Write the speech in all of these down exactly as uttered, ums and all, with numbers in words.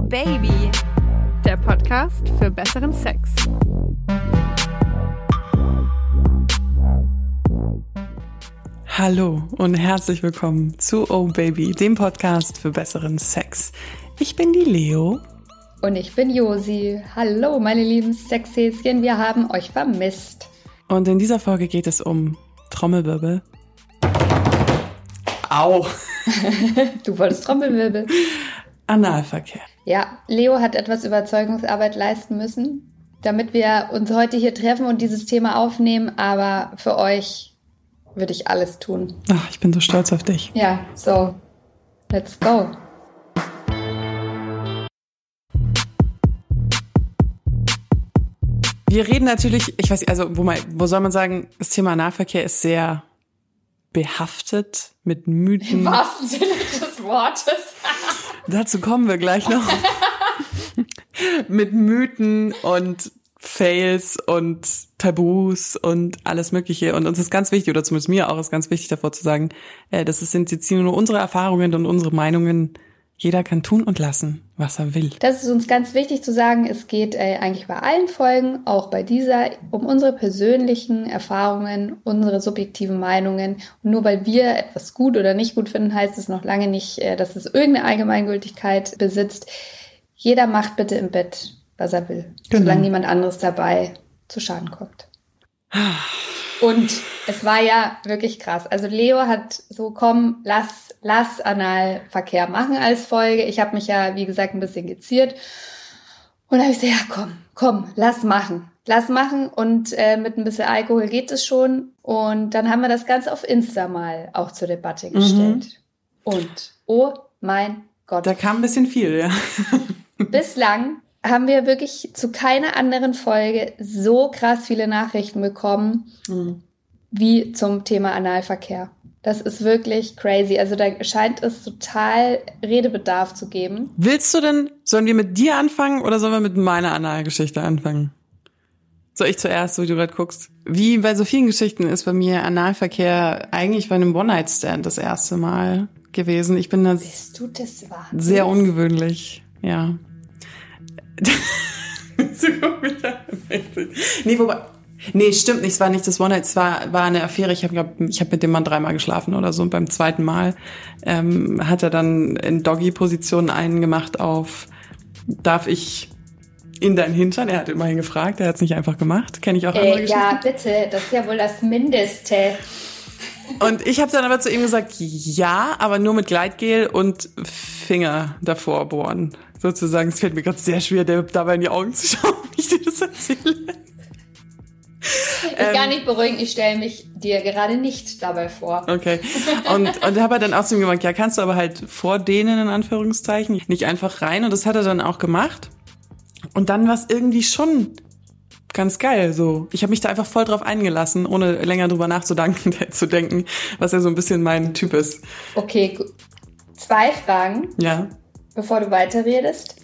Baby, der Podcast für besseren Sex. Hallo und herzlich willkommen zu Oh Baby, dem Podcast für besseren Sex. Ich bin die Leo. Und ich bin Josi. Hallo meine lieben Sexhäschen, wir haben euch vermisst. Und in dieser Folge geht es um Trommelwirbel. Au! Du wolltest Trommelwirbel. Analverkehr. Ja, Leo hat etwas Überzeugungsarbeit leisten müssen, damit wir uns heute hier treffen und dieses Thema aufnehmen. Aber für euch würde ich alles tun. Ach, ich bin so stolz auf dich. Ja, so, let's go. Wir reden natürlich, ich weiß nicht, also wo, man, wo soll man sagen, das Thema Analverkehr ist sehr behaftet mit Mythen. Im wahrsten Sinne des Wortes. Dazu kommen wir gleich noch. Mit Mythen und Fails und Tabus und alles Mögliche. Und uns ist ganz wichtig, oder zumindest mir auch ist ganz wichtig davor zu sagen, äh, das sind jetzt nur unsere Erfahrungen und unsere Meinungen. Jeder kann tun und lassen, was er will. Das ist uns ganz wichtig zu sagen. Es geht äh, eigentlich bei allen Folgen, auch bei dieser, um unsere persönlichen Erfahrungen, unsere subjektiven Meinungen. Und nur weil wir etwas gut oder nicht gut finden, heißt es noch lange nicht, äh, dass es irgendeine Allgemeingültigkeit besitzt. Jeder macht bitte im Bett, was er will, genau, solange niemand anderes dabei zu Schaden kommt. Und es war ja wirklich krass. Also Leo hat so, komm, lass, lass Analverkehr machen als Folge. Ich habe mich ja, wie gesagt, ein bisschen geziert. Und da habe ich gesagt, ja komm, komm, lass machen. Lass machen und äh, mit ein bisschen Alkohol geht es schon. Und dann haben wir das Ganze auf Insta mal auch zur Debatte gestellt. Mhm. Und, oh mein Gott. Da kam ein bisschen viel, ja. Bislang haben wir wirklich zu keiner anderen Folge so krass viele Nachrichten bekommen, mhm, wie zum Thema Analverkehr. Das ist wirklich crazy. Also da scheint es total Redebedarf zu geben. Willst du denn, sollen wir mit dir anfangen oder sollen wir mit meiner Analgeschichte anfangen? Soll ich zuerst, so wie du gerade guckst? Wie bei so vielen Geschichten ist bei mir Analverkehr eigentlich bei einem One-Night-Stand das erste Mal gewesen. Ich bin da Bist du das wahnsinnig? Sehr ungewöhnlich, ja. nee, wobei, nee, stimmt nicht, es war nicht das One-Night, es war, war eine Affäre. Ich habe ich hab mit dem Mann dreimal geschlafen oder so und beim zweiten Mal ähm, hat er dann in Doggy-Position einen gemacht auf, darf ich in deinen Hintern? Er hat immerhin gefragt, er hat es nicht einfach gemacht. Kenne ich auch andere äh, Geschichten. Ja, bitte, das ist ja wohl das Mindeste. Und ich habe dann aber zu ihm gesagt, ja, aber nur mit Gleitgel und Finger davor bohren. Sozusagen, es fällt mir gerade sehr schwer, der dabei in die Augen zu schauen, wie ich dir das erzähle. Ich ähm, gar nicht beruhigen, ich stelle mich dir gerade nicht dabei vor. Okay. Und, und habe er dann auch zu ihm gesagt, ja, kannst du aber halt vor denen, in Anführungszeichen, nicht einfach rein. Und das hat er dann auch gemacht. Und dann war es irgendwie schon ganz geil, so. Ich habe mich da einfach voll drauf eingelassen, ohne länger drüber nachzudenken, zu denken, was ja so ein bisschen mein Typ ist. Okay, zwei Fragen. Ja. Bevor du weiterredest.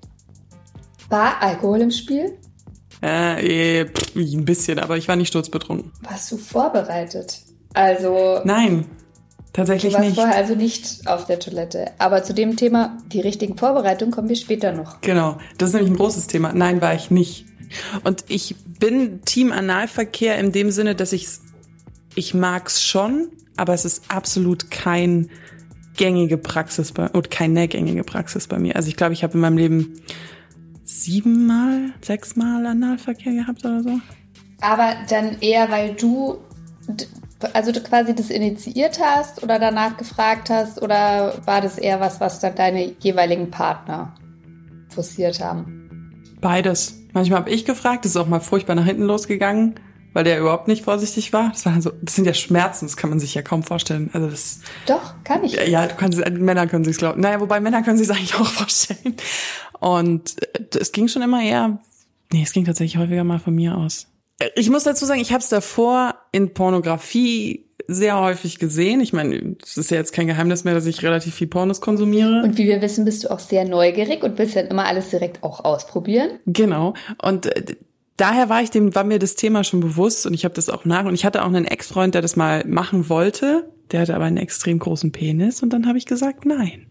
War Alkohol im Spiel? Äh, eh, pff, ein bisschen, aber ich war nicht sturzbetrunken. Warst du vorbereitet? Also... Nein, tatsächlich nicht. Du warst nicht. vorher also nicht auf der Toilette. Aber zu dem Thema, die richtigen Vorbereitungen, kommen wir später noch. Genau, das ist nämlich ein großes Thema. Nein, war ich nicht. Und ich bin Team Analverkehr in dem Sinne, dass ich ich mag's schon, aber es ist absolut kein gängige Praxis bei, oder keine gängige Praxis bei mir. Also ich glaube, ich habe in meinem Leben siebenmal, sechsmal Analverkehr gehabt oder so. Aber dann eher, weil du, also du quasi das initiiert hast oder danach gefragt hast, oder war das eher was, was dann deine jeweiligen Partner forciert haben? Beides. Manchmal habe ich gefragt, das ist auch mal furchtbar nach hinten losgegangen, weil der überhaupt nicht vorsichtig war. Das war so, das sind ja Schmerzen, das kann man sich ja kaum vorstellen. Also das. Doch, kann ich. Ja, ja, du kannst, Männer können sich's glauben. Naja, wobei Männer können sich's eigentlich auch vorstellen. Und es ging schon immer eher, nee, es ging tatsächlich häufiger mal von mir aus. Ich muss dazu sagen, ich habe es davor in Pornografie sehr häufig gesehen. Ich meine, es ist ja jetzt kein Geheimnis mehr, dass ich relativ viel Pornos konsumiere. Und wie wir wissen, bist du auch sehr neugierig und willst dann immer alles direkt auch ausprobieren. Genau. Und daher war ich dem, war mir das Thema schon bewusst und ich habe das auch nach. Und ich hatte auch einen Ex-Freund, der das mal machen wollte. Der hatte aber einen extrem großen Penis und dann habe ich gesagt, nein.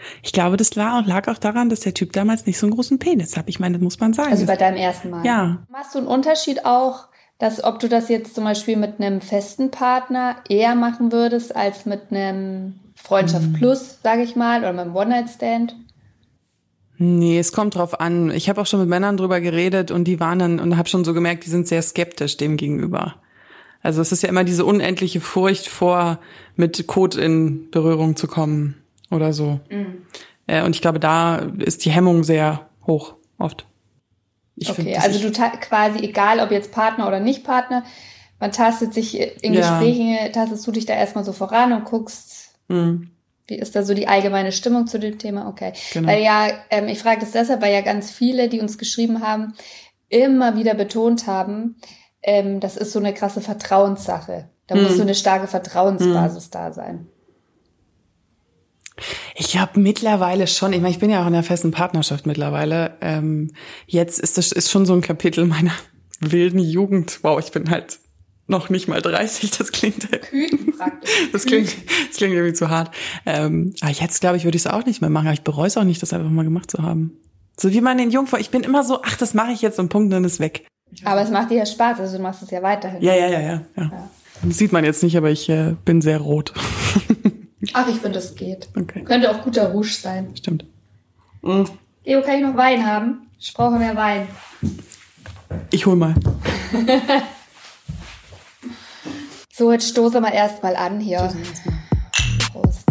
Ich glaube, das lag, lag auch daran, dass der Typ damals nicht so einen großen Penis hat. Ich meine, das muss man sagen. Also bei deinem ersten Mal. Ja. Machst du einen Unterschied auch, dass ob du das jetzt zum Beispiel mit einem festen Partner eher machen würdest, als mit einem Freundschaft hm. Plus, sage ich mal, oder mit einem One-Night-Stand? Nee, es kommt drauf an. Ich habe auch schon mit Männern drüber geredet und die waren dann, und habe schon so gemerkt, die sind sehr skeptisch dem gegenüber. Also es ist ja immer diese unendliche Furcht vor, mit Kot in Berührung zu kommen oder so. Mhm. Äh, und ich glaube, da ist die Hemmung sehr hoch, oft. Ich okay, find, also du ta- quasi, egal ob jetzt Partner oder nicht Partner, man tastet sich in ja. Gesprächen, tastest du dich da erstmal so voran und guckst, mhm. wie ist da so die allgemeine Stimmung zu dem Thema? Okay. Genau. Weil ja, ähm, ich frage das deshalb, weil ja ganz viele, die uns geschrieben haben, immer wieder betont haben, ähm, das ist so eine krasse Vertrauenssache. Da mhm. muss so eine starke Vertrauensbasis mhm. da sein. Ich habe mittlerweile schon, ich meine, ich bin ja auch in einer festen Partnerschaft mittlerweile. Ähm, jetzt ist das ist schon so ein Kapitel meiner wilden Jugend. Wow, ich bin halt noch nicht mal dreißig, das klingt Küken praktisch. Das klingt, das klingt irgendwie zu hart. Ähm, aber jetzt, glaube ich, würde ich es auch nicht mehr machen. Aber ich bereue es auch nicht, das einfach mal gemacht zu haben. So wie man in Jungfrau, ich bin immer so, ach, das mache ich jetzt und Punkt, dann ist weg. Aber es macht dir ja Spaß, also du machst es ja weiterhin. Ja, ja, ja, ja. ja. ja. Das sieht man jetzt nicht, aber ich äh, bin sehr rot. Ach, ich finde, es geht. Okay. Könnte auch guter Rouge sein. Stimmt. Mhm. Leo, kann ich noch Wein haben? Ich brauche mehr Wein. Ich hol mal. So, jetzt stoßen wir erstmal an hier. Prost.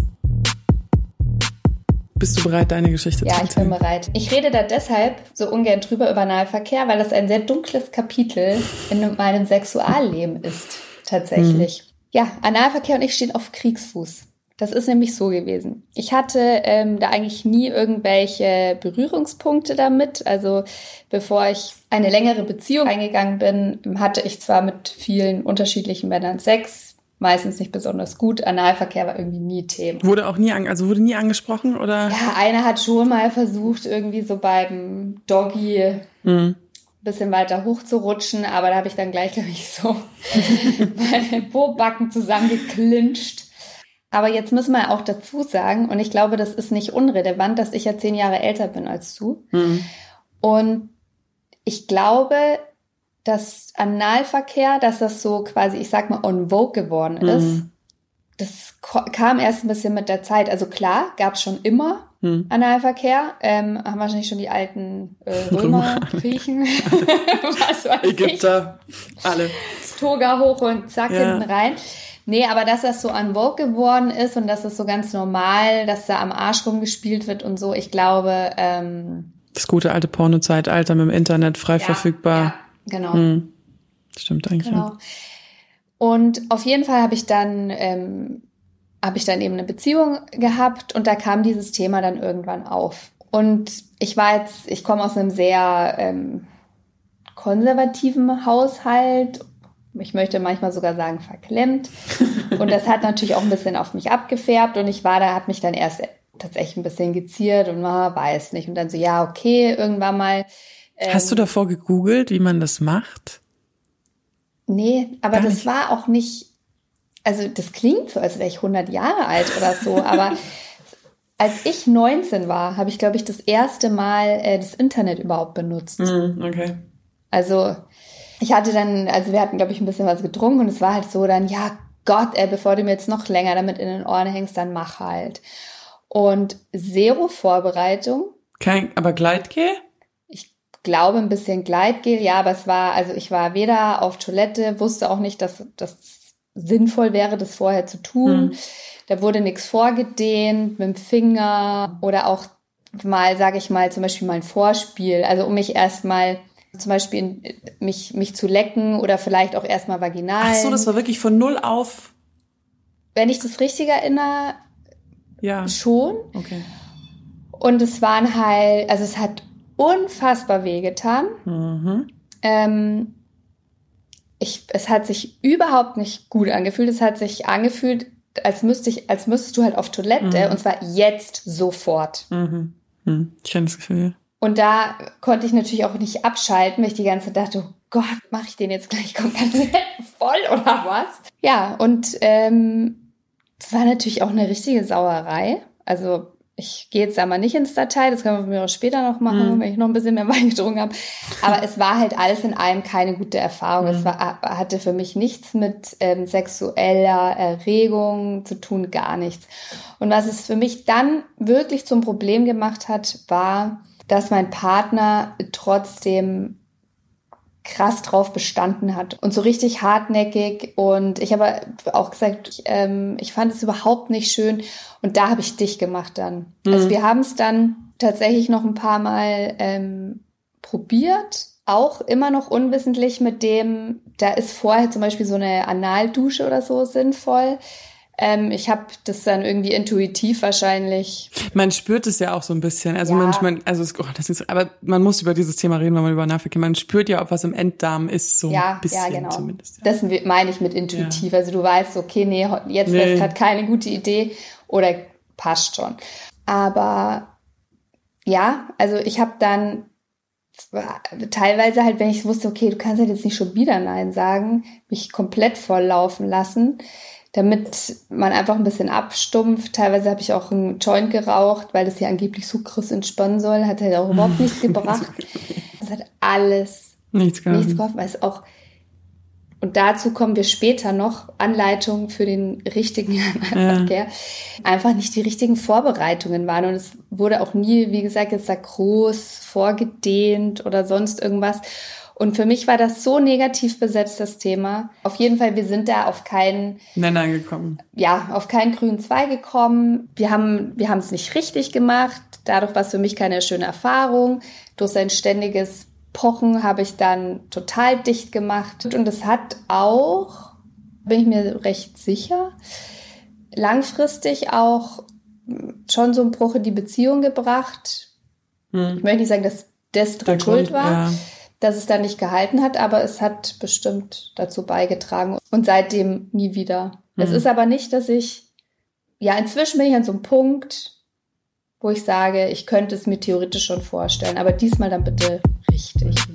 Bist du bereit, deine Geschichte ja, zu erzählen? Ja, ich bin bereit. Ich rede da deshalb so ungern drüber über Analverkehr, weil das ein sehr dunkles Kapitel in meinem Sexualleben ist, tatsächlich. Hm. Ja, Analverkehr und ich stehen auf Kriegsfuß. Das ist nämlich so gewesen. Ich hatte ähm, da eigentlich nie irgendwelche Berührungspunkte damit. Also bevor ich eine längere Beziehung eingegangen bin, hatte ich zwar mit vielen unterschiedlichen Männern Sex, meistens nicht besonders gut. Analverkehr war irgendwie nie Thema. Wurde auch nie, an, also wurde nie angesprochen, oder? Ja, einer hat schon mal versucht, irgendwie so beim Doggy mhm. ein bisschen weiter hochzurutschen, aber da habe ich dann gleich, glaube ich, so meine Po-Backen zusammengeklincht. Aber jetzt müssen wir auch dazu sagen, und ich glaube, das ist nicht unrelevant, dass ich ja zehn Jahre älter bin als du. Mhm. Und ich glaube, dass Analverkehr, dass das so quasi, ich sag mal, en vogue geworden ist, mhm. das kam erst ein bisschen mit der Zeit. Also klar, gab es schon immer mhm. Analverkehr. Ähm, haben wahrscheinlich schon die alten äh, Römer, Griechen, was weiß Ägypter, ich. alle. Toga hoch und zack, ja. hinten rein. Nee, aber dass das so en vogue geworden ist und dass das so ganz normal, dass da am Arsch rumgespielt wird und so, ich glaube... Ähm, das gute alte Porno-Zeitalter mit dem Internet frei ja, verfügbar. Ja, genau. Hm. Stimmt eigentlich. Genau. Ja. Und auf jeden Fall habe ich dann ähm, habe ich dann eben eine Beziehung gehabt und da kam dieses Thema dann irgendwann auf. Und ich war jetzt, ich komme aus einem sehr ähm, konservativen Haushalt. Ich möchte manchmal sogar sagen, verklemmt. Und das hat natürlich auch ein bisschen auf mich abgefärbt. Und ich war da, hat mich dann erst tatsächlich ein bisschen geziert und man weiß nicht. Und dann so, ja, okay, irgendwann mal. Ähm, Hast du davor gegoogelt, wie man das macht? Nee, aber Gar das nicht. War auch nicht, also das klingt so, als wäre ich hundert Jahre alt oder so. Aber als ich neunzehn war, habe ich, glaube ich, das erste Mal äh, das Internet überhaupt benutzt. Mm, okay. Also... Ich hatte dann, also wir hatten, glaube ich, ein bisschen was getrunken und es war halt so dann, ja Gott, ey, bevor du mir jetzt noch länger damit in den Ohren hängst, dann mach halt. Und zero Vorbereitung. Kein, aber Gleitgel? Ich glaube ein bisschen Gleitgel, ja, aber es war, also ich war weder auf Toilette, wusste auch nicht, dass das sinnvoll wäre, das vorher zu tun. Hm. Da wurde nichts vorgedehnt mit dem Finger oder auch mal, sage ich mal, zum Beispiel mal ein Vorspiel, also um mich erstmal zum Beispiel mich, mich zu lecken oder vielleicht auch erstmal vaginal. Ach so, das war wirklich von null auf? Wenn ich das richtig erinnere, ja. schon. Okay. Und es waren halt, also es hat unfassbar wehgetan. Mhm. Ähm, ich, es hat sich überhaupt nicht gut angefühlt. Es hat sich angefühlt, als müsste ich, als müsstest du halt auf Toilette, mhm. und zwar jetzt sofort. Mhm. Mhm. Ich kenne das Gefühl. Und da konnte ich natürlich auch nicht abschalten, weil ich die ganze Zeit dachte, oh Gott, mache ich den jetzt gleich komplett voll oder was? Ja, und ähm, es war natürlich auch eine richtige Sauerei. Also ich gehe jetzt da mal nicht ins Detail, das können wir von mir auch später noch machen, mhm. wenn ich noch ein bisschen mehr Wein getrunken habe. Aber es war halt alles in allem keine gute Erfahrung. Mhm. Es war, hatte für mich nichts mit ähm, sexueller Erregung zu tun, gar nichts. Und was es für mich dann wirklich zum Problem gemacht hat, war, dass mein Partner trotzdem krass drauf bestanden hat und so richtig hartnäckig. Und ich habe auch gesagt, ich, ähm, ich fand es überhaupt nicht schön. Und da habe ich dich gemacht dann. Mhm. Also wir haben es dann tatsächlich noch ein paar Mal ähm, probiert. Auch immer noch unwissentlich mit dem, da ist vorher zum Beispiel so eine Analdusche oder so sinnvoll. Ähm, ich habe das dann irgendwie intuitiv wahrscheinlich. Man spürt es ja auch so ein bisschen. Also ja. manchmal, also es, oh, das ist, aber man muss über dieses Thema reden, wenn man über Analverkehr. Man spürt ja auch, was im Enddarm ist, so ja, ein bisschen ja, genau. zumindest. Ja. Das meine ich mit intuitiv. Ja. Also du weißt, okay, nee, jetzt nee. wäre es gerade keine gute Idee oder passt schon. Aber ja, also ich habe dann teilweise halt, wenn ich wusste, okay, du kannst halt jetzt nicht schon wieder Nein sagen, mich komplett volllaufen lassen, damit man einfach ein bisschen abstumpft. Teilweise habe ich auch einen Joint geraucht, weil das ja angeblich so krass entspannen soll. Hat halt auch überhaupt nichts gebracht. Das hat alles nichts geholfen. Nichts geholfen, weil es auch, und dazu kommen wir später noch, Anleitungen für den richtigen Analverkehr, ja. einfach nicht die richtigen Vorbereitungen waren. Und es wurde auch nie, wie gesagt, jetzt da groß vorgedehnt oder sonst irgendwas. Und für mich war das so negativ besetzt, das Thema. Auf jeden Fall, wir sind da auf keinen Nenner gekommen. Ja, auf keinen grünen Zweig gekommen. Wir haben, wir haben es nicht richtig gemacht. Dadurch war es für mich keine schöne Erfahrung. Durch sein ständiges Pochen habe ich dann total dicht gemacht. Und es hat auch, bin ich mir recht sicher, langfristig auch schon so einen Bruch in die Beziehung gebracht. Hm. Ich möchte nicht sagen, dass das dran schuld war. Ja. Dass es dann nicht gehalten hat, aber es hat bestimmt dazu beigetragen und seitdem nie wieder. Mhm. Es ist aber nicht, dass ich, ja, inzwischen bin ich an so einem Punkt, wo ich sage, ich könnte es mir theoretisch schon vorstellen, aber diesmal dann bitte richtig. Mhm.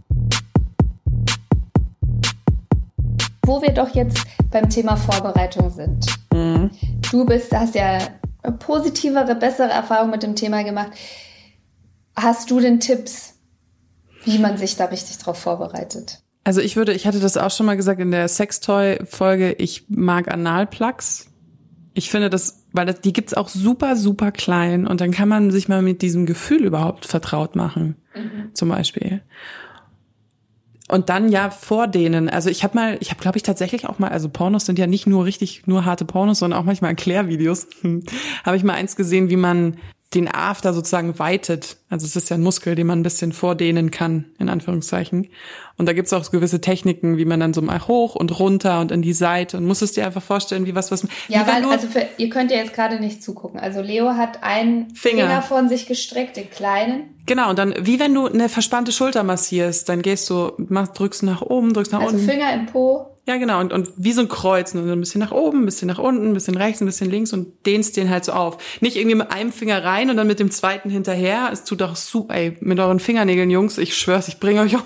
Wo wir doch jetzt beim Thema Vorbereitung sind. Mhm. Du bist, hast ja eine positivere, bessere Erfahrung mit dem Thema gemacht. Hast du denn Tipps, wie man sich da richtig drauf vorbereitet? Also ich würde, ich hatte das auch schon mal gesagt in der Sextoy-Folge, ich mag Analplugs. Ich finde das, weil das, die gibt's auch super, super klein und dann kann man sich mal mit diesem Gefühl überhaupt vertraut machen, mhm. zum Beispiel. Und dann ja vordehnen. Also ich habe mal, ich habe glaube ich tatsächlich auch mal, also Pornos sind ja nicht nur richtig, nur harte Pornos, sondern auch manchmal Erklärvideos. Habe ich mal eins gesehen, wie man den After sozusagen weitet. Also es ist ja ein Muskel, den man ein bisschen vordehnen kann, in Anführungszeichen. Und da gibt's auch gewisse Techniken, wie man dann so mal hoch und runter und in die Seite und muss es dir einfach vorstellen, wie was, was... Ja, weil, also für, ihr könnt ja jetzt gerade nicht zugucken. Also Leo hat einen Finger. Finger von sich gestreckt, den kleinen. Genau, und dann, wie wenn du eine verspannte Schulter massierst, dann gehst du, machst, drückst nach oben, drückst nach also unten. Also Finger im Po. Ja, genau, und, und wie so ein Kreuz, ein bisschen nach oben, ein bisschen nach unten, ein bisschen rechts, ein bisschen links und dehnst den halt so auf. Nicht irgendwie mit einem Finger rein und dann mit dem zweiten hinterher. Es tut doch super, ey, mit euren Fingernägeln, Jungs, ich schwör's, ich bringe euch um.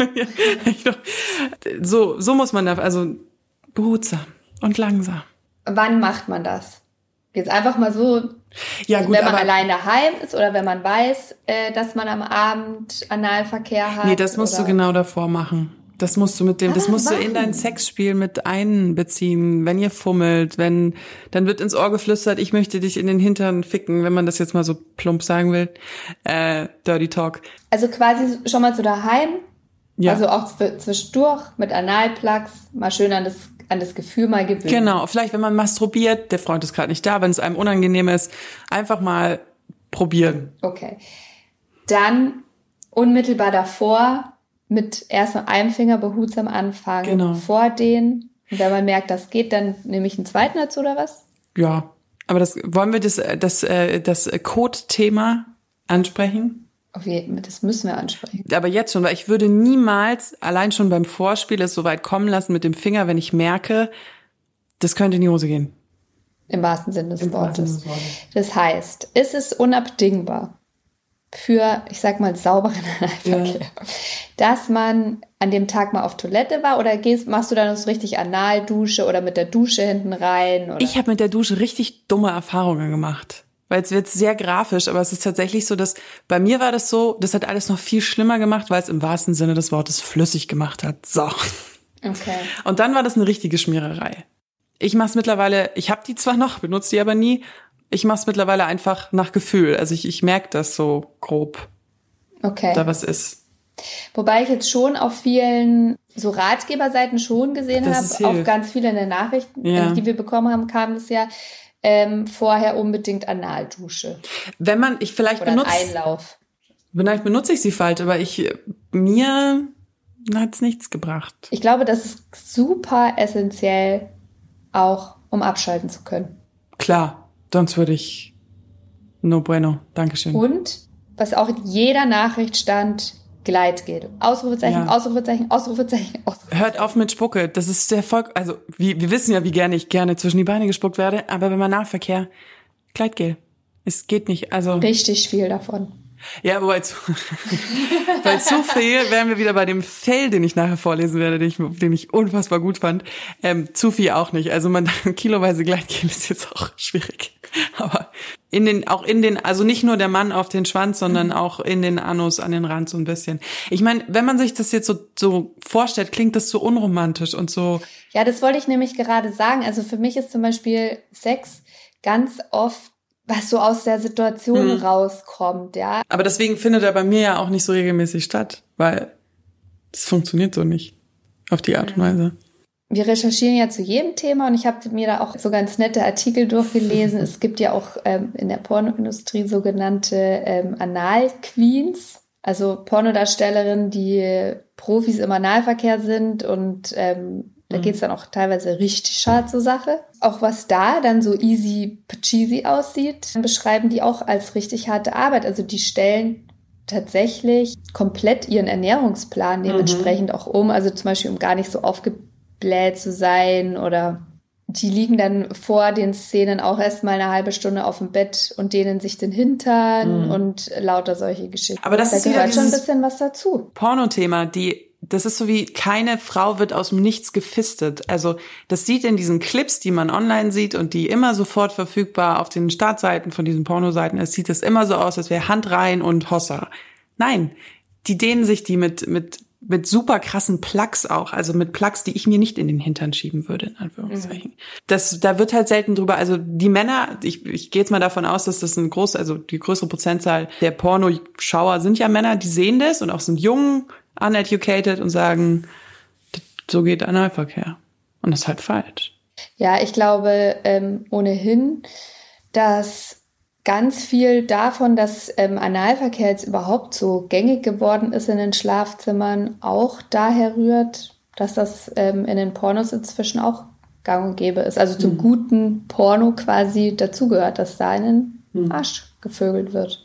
so, so muss man da, also behutsam und langsam. Wann macht man das? Jetzt einfach mal so, ja, gut, wenn man aber allein daheim ist oder wenn man weiß, äh, dass man am Abend Analverkehr hat? Nee, das musst oder? du genau davor machen. Das musst du mit dem, ah, das musst wann? du in dein Sexspiel mit einbeziehen. Wenn ihr fummelt, wenn, dann wird ins Ohr geflüstert, ich möchte dich in den Hintern ficken, wenn man das jetzt mal so plump sagen will. Äh, Dirty Talk. Also quasi schon mal so daheim. Ja. Also auch zwischendurch mit Analplugs, mal schön an das, an das Gefühl mal gewöhnen. Genau, vielleicht wenn man masturbiert, der Freund ist gerade nicht da, wenn es einem unangenehm ist, einfach mal probieren. Okay. Dann unmittelbar davor mit erst mit einem Finger behutsam anfangen, genau. vordehnen. Und wenn man merkt, das geht, dann nehme ich einen zweiten dazu oder was? Ja, aber das wollen wir das, das, das Code-Thema ansprechen? Auf jeden, das müssen wir ansprechen. Aber jetzt schon, weil ich würde niemals allein schon beim Vorspiel es so weit kommen lassen mit dem Finger, wenn ich merke, das könnte in die Hose gehen. Im wahrsten Sinne des Wortes. Das heißt, ist es unabdingbar für, ich sag mal, sauberen Analverkehr, ja. dass man an dem Tag mal auf Toilette war oder gehst, machst du dann so richtig Analdusche oder mit der Dusche hinten rein? Oder? Ich habe mit der Dusche richtig dumme Erfahrungen gemacht. weil es wird sehr grafisch, aber es ist tatsächlich so, dass bei mir war das so, das hat alles noch viel schlimmer gemacht, weil es im wahrsten Sinne des Wortes flüssig gemacht hat. So. Okay. Und dann war das eine richtige Schmiererei. Ich mache es mittlerweile, ich habe die zwar noch, benutze die aber nie, ich mache es mittlerweile einfach nach Gefühl. Also ich, ich merke das so grob, okay. da was ist. Wobei ich jetzt schon auf vielen so Ratgeberseiten schon gesehen habe, auch ganz viele in den Nachrichten, ja. die wir bekommen haben, kam das ja ähm, vorher unbedingt Analdusche. Wenn man, ich vielleicht Oder benutze, Einlauf. Vielleicht benutze ich sie falsch, aber ich, mir hat's nichts gebracht. Ich glaube, das ist super essentiell, auch um abschalten zu können. Klar, sonst würde ich no bueno, Dankeschön. Und, was auch in jeder Nachricht stand, Gleitgel. Ausrufezeichen, ja. Ausrufezeichen, Ausrufezeichen, Ausrufezeichen. Hört auf mit Spucke. Das ist der Volk. Also, wir, wir wissen ja, wie gerne ich gerne zwischen die Beine gespuckt werde, aber beim Analverkehr, Gleitgel. Es geht nicht. Also. Richtig viel davon. Ja, wobei zu, bei zu viel wären wir wieder bei dem Fail, den ich nachher vorlesen werde, den ich, den ich unfassbar gut fand. Ähm, zu viel auch nicht. Also man kiloweise Gleitgel ist jetzt auch schwierig. Aber in den, auch in den, also nicht nur der Mann auf den Schwanz, sondern mhm. auch in den Anus, an den Rand so ein bisschen. Ich meine, wenn man sich das jetzt so, so vorstellt, klingt das so unromantisch und so. Ja, das wollte ich nämlich gerade sagen. Also für mich ist zum Beispiel Sex ganz oft was so aus der Situation hm. rauskommt, ja. Aber deswegen findet er bei mir ja auch nicht so regelmäßig statt, weil es funktioniert so nicht auf die Art und Weise. Wir recherchieren ja zu jedem Thema und ich habe mir da auch so ganz nette Artikel durchgelesen. Es gibt ja auch ähm, in der Pornoindustrie sogenannte ähm, Anal-Queens, also Pornodarstellerinnen, die Profis im Analverkehr sind und ähm, da geht's dann auch teilweise richtig hart zur Sache. Auch was da dann so easy peasy aussieht, beschreiben die auch als richtig harte Arbeit. Also die stellen tatsächlich komplett ihren Ernährungsplan dementsprechend mhm. auch um. Also zum Beispiel, um gar nicht so aufgebläht zu sein oder die liegen dann vor den Szenen auch erstmal eine halbe Stunde auf dem Bett und dehnen sich den Hintern mhm. und lauter solche Geschichten. Aber das da ist gehört schon ein bisschen was dazu. Pornothema, die das ist so wie, keine Frau wird aus dem Nichts gefistet. Also das sieht in diesen Clips, die man online sieht und die immer sofort verfügbar auf den Startseiten von diesen Pornoseiten, es sieht es immer so aus, als wäre Hand rein und Hossa. Nein, die dehnen sich die mit mit mit super krassen Plugs auch, also mit Plugs, die ich mir nicht in den Hintern schieben würde, in Anführungszeichen. Mhm. Das, da wird halt selten drüber, also die Männer, ich, ich gehe jetzt mal davon aus, dass das ein groß, also die größere Prozentzahl der Pornoschauer sind ja Männer, die sehen das und auch sind jung, uneducated und sagen, so geht Analverkehr. Und das ist halt falsch. Ja, ich glaube ähm, ohnehin, dass ganz viel davon, dass ähm, Analverkehr jetzt überhaupt so gängig geworden ist in den Schlafzimmern, auch daher rührt, dass das ähm, in den Pornos inzwischen auch gang und gäbe ist. Also zum mhm. guten Porno quasi dazugehört, dass da in den mhm. Arsch gevögelt wird.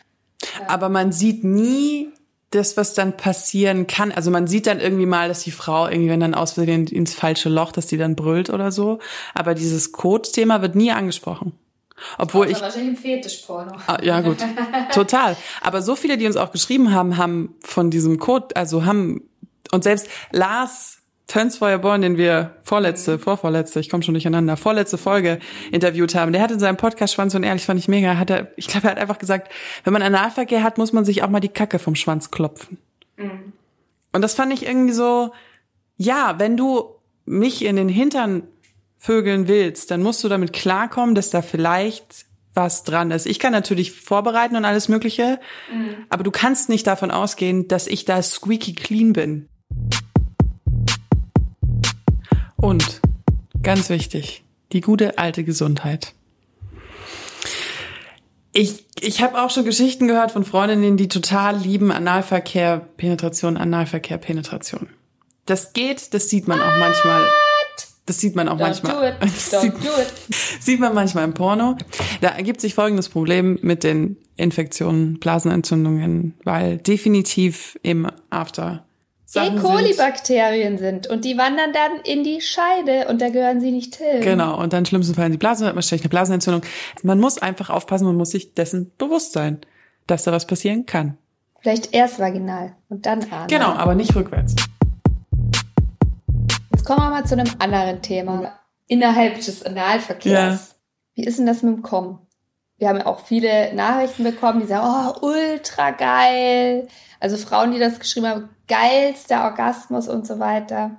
Aber man sieht nie das, was dann passieren kann. Also man sieht dann irgendwie mal, dass die Frau irgendwie, wenn dann aus Versehen ins falsche Loch, dass die dann brüllt oder so. Aber dieses Code-Thema wird nie angesprochen. Obwohl das ich wahrscheinlich ein Fetischporno. Ah, ja gut, total. Aber so viele, die uns auch geschrieben haben, haben von diesem Code, also haben, und selbst Lars Tönsfeuerborn, den wir vorletzte, vorvorletzte, ich komme schon durcheinander, vorletzte Folge interviewt haben, der hat in seinem Podcast Schwanz und ehrlich, fand ich mega, hat er, ich glaube, er hat einfach gesagt, wenn man Analverkehr hat, muss man sich auch mal die Kacke vom Schwanz klopfen. Mhm. Und das fand ich irgendwie so, ja, wenn du mich in den Hintern vögeln willst, dann musst du damit klarkommen, dass da vielleicht was dran ist. Ich kann natürlich vorbereiten und alles Mögliche, mhm. aber du kannst nicht davon ausgehen, dass ich da squeaky clean bin. Und, ganz wichtig, die gute alte Gesundheit. Ich, ich habe auch schon Geschichten gehört von Freundinnen, die total lieben Analverkehr, Penetration, Analverkehr, Penetration. Das geht, das sieht man auch manchmal. Das sieht man auch Don't manchmal. Do it. Don't sieht, do it. Sieht man manchmal im Porno. Da ergibt sich folgendes Problem mit den Infektionen, Blasenentzündungen, weil definitiv im After E. coli-Bakterien sind und die wandern dann in die Scheide und da gehören sie nicht hin. Genau, und dann schlimmsten Fall in die Blase, hat man ständig eine Blasenentzündung. Man muss einfach aufpassen, man muss sich dessen bewusst sein, dass da was passieren kann. Vielleicht erst vaginal und dann anal. Genau, aber nicht rückwärts. Jetzt kommen wir mal zu einem anderen Thema. Innerhalb des Analverkehrs. Ja. Wie ist denn das mit dem Kommen? wir haben ja auch viele Nachrichten bekommen, die sagen, oh, ultra geil. Also Frauen, die das geschrieben haben, geilster Orgasmus und so weiter.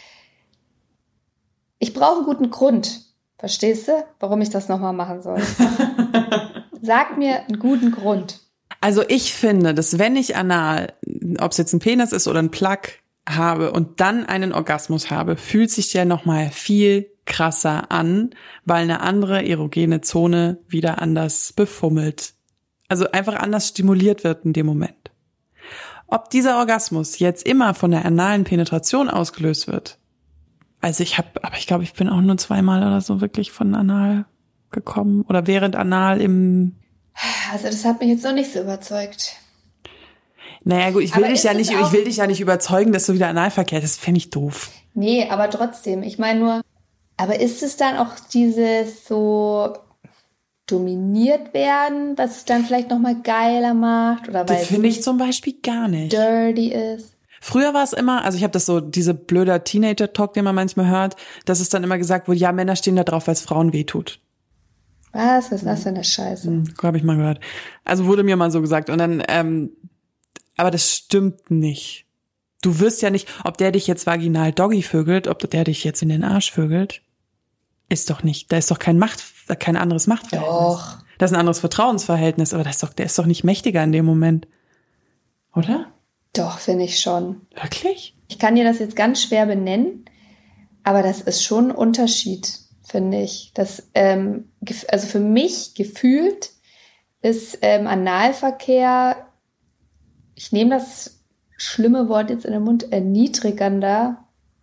Ich brauche einen guten Grund, verstehst du, warum ich das nochmal machen soll? Sag mir einen guten Grund. Also ich finde, dass wenn ich anal, ob es jetzt ein Penis ist oder ein Plug habe und dann einen Orgasmus habe, fühlt sich der nochmal viel krasser an, weil eine andere erogene Zone wieder anders befummelt. Also einfach anders stimuliert wird in dem Moment. Ob dieser Orgasmus jetzt immer von der analen Penetration ausgelöst wird, also ich habe, aber ich glaube, ich bin auch nur zweimal oder so wirklich von anal gekommen oder während anal im... Also das hat mich jetzt noch nicht so überzeugt. Naja gut, ich will dich ja nicht, ich will dich ja nicht überzeugen, dass du wieder Analverkehr, das fände ich doof. Nee, aber trotzdem, ich meine nur, aber ist es dann auch dieses so dominiert werden, was es dann vielleicht nochmal geiler macht? Oder das finde ich zum Beispiel gar nicht. Dirty ist. Früher war es immer, also ich habe das so, diese blöder Teenager-Talk, den man manchmal hört, dass es dann immer gesagt wurde, ja, Männer stehen da drauf, weil es Frauen wehtut. Was? Was ist das für eine Scheiße? Hm, habe ich mal gehört. Also wurde mir mal so gesagt. Und dann, ähm, aber das stimmt nicht. Du wirst ja nicht, ob der dich jetzt vaginal Doggy vögelt, ob der dich jetzt in den Arsch vögelt, ist doch nicht, da ist doch kein Macht, kein anderes Machtverhältnis. Doch. Das ist ein anderes Vertrauensverhältnis, aber das ist doch, der ist doch nicht mächtiger in dem Moment. Oder? Doch, finde ich schon. Wirklich? Ich kann dir das jetzt ganz schwer benennen, aber das ist schon ein Unterschied, finde ich. Das, ähm, also für mich gefühlt ist ähm, Analverkehr, ich nehme das schlimme Wort jetzt in den Mund, erniedrigender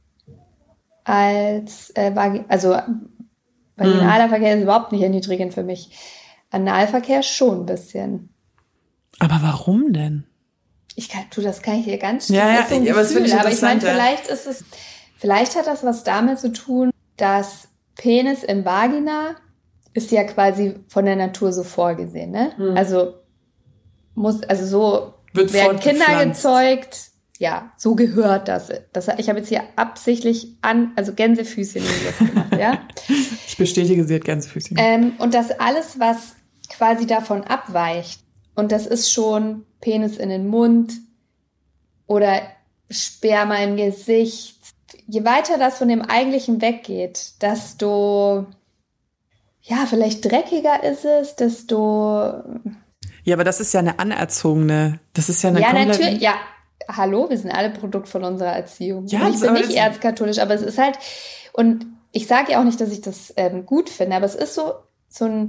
als, äh, Vag- also vaginaler mm. Verkehr ist überhaupt nicht erniedrigend für mich. Analverkehr schon ein bisschen. Aber warum denn? Ich kann, du, das kann ich dir ganz ja, ja, so ja, aber, Gefühl, aber ich meine, vielleicht ist es, vielleicht hat das was damit zu tun, dass Penis in Vagina ist ja quasi von der Natur so vorgesehen, ne? Hm. Also muss, also so wird werden Kinder gezeugt. Ja, so gehört das. das ich habe jetzt hier absichtlich an, also Gänsefüßchen in die Luft gemacht, ja? Ich bestätige, sie hat Gänsefüßchen. Ähm, und das alles, was quasi davon abweicht, und das ist schon Penis in den Mund oder Sperma im Gesicht. Je weiter das von dem Eigentlichen weggeht, desto, ja, vielleicht dreckiger ist es, desto... Ja, aber das ist ja eine anerzogene, das ist ja eine Ja, komplette... natürlich, ja. Hallo, wir sind alle Produkt von unserer Erziehung. Ja, ich bin nicht erzkatholisch, aber es ist halt, und ich sage ja auch nicht, dass ich das ähm, gut finde, aber es ist so, so ein,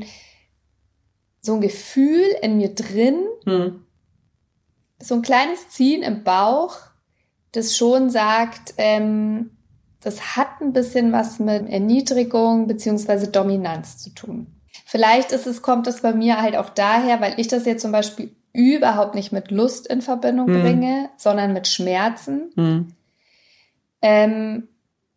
so ein Gefühl in mir drin, hm. so ein kleines Ziehen im Bauch, das schon sagt, ähm, das hat ein bisschen was mit Erniedrigung beziehungsweise Dominanz zu tun. Vielleicht ist es, kommt das bei mir halt auch daher, weil ich das jetzt zum Beispiel überhaupt nicht mit Lust in Verbindung hm. bringe, sondern mit Schmerzen. Hm. Ähm,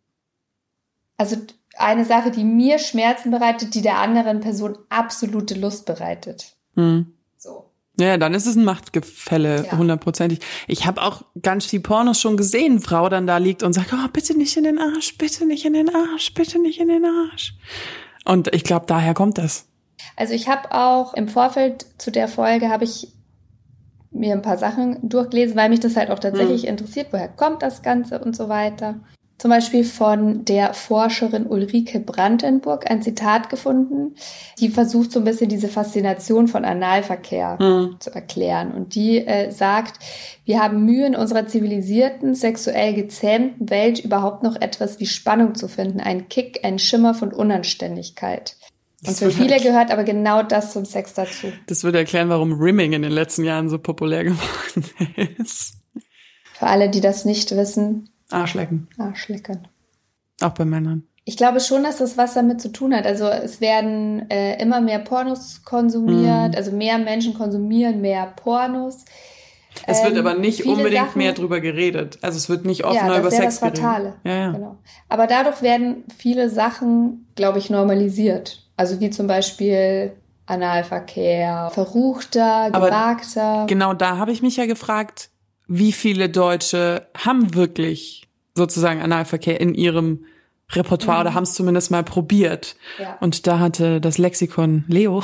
also eine Sache, die mir Schmerzen bereitet, die der anderen Person absolute Lust bereitet. Hm. So. Ja, dann ist es ein Machtgefälle, ja. hundertprozentig. Ich habe auch ganz viel Pornos schon gesehen, Frau dann da liegt und sagt, oh, bitte nicht in den Arsch, bitte nicht in den Arsch, bitte nicht in den Arsch. Und ich glaube, daher kommt das. Also ich habe auch im Vorfeld zu der Folge, habe ich mir ein paar Sachen durchgelesen, weil mich das halt auch tatsächlich hm. interessiert, woher kommt das Ganze und so weiter. Zum Beispiel von der Forscherin Ulrike Brandenburg ein Zitat gefunden, die versucht so ein bisschen diese Faszination von Analverkehr hm. zu erklären. Und die äh, sagt, wir haben Mühe in unserer zivilisierten, sexuell gezähmten Welt überhaupt noch etwas wie Spannung zu finden, einen Kick, einen Schimmer von Unanständigkeit. Und für viele gehört aber genau das zum Sex dazu. Das würde erklären, warum Rimming in den letzten Jahren so populär geworden ist. Für alle, die das nicht wissen. Arschlecken. Arschlecken. Auch bei Männern. Ich glaube schon, dass das was damit zu tun hat. Also es werden äh, immer mehr Pornos konsumiert, mm. also mehr Menschen konsumieren mehr Pornos. Es ähm, wird aber nicht unbedingt Sachen, mehr drüber geredet. Also es wird nicht offener ja, über Sex geredet. Ja, das ist das Fatale. Ja, ja. Genau. Aber dadurch werden viele Sachen, glaube ich, normalisiert. Also wie zum Beispiel Analverkehr, verruchter, gewagter. Aber genau da habe ich mich ja gefragt, wie viele Deutsche haben wirklich sozusagen Analverkehr in ihrem Repertoire mhm. oder haben es zumindest mal probiert. Ja. Und da hatte das Lexikon Leo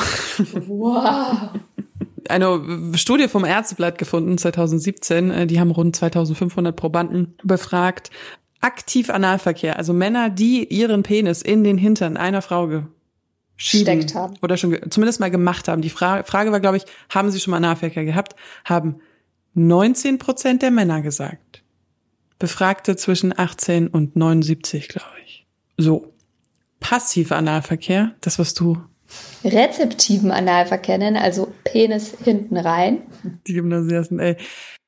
wow. eine Studie vom Ärzteblatt gefunden, zwanzig siebzehn. Die haben rund zweitausendfünfhundert Probanden befragt. Aktiv Analverkehr, also Männer, die ihren Penis in den Hintern einer Frau gesteckt haben. Oder schon ge- zumindest mal gemacht haben. Die Fra- Frage war, glaube ich, haben sie schon mal Analverkehr gehabt? Haben neunzehn Prozent der Männer gesagt. Befragte zwischen achtzehn und neunundsiebzig, glaube ich. So. Passiver Analverkehr, das was du... Rezeptiven Analverkehr nennen, also Penis hinten rein. Die Gymnasiasten, ey.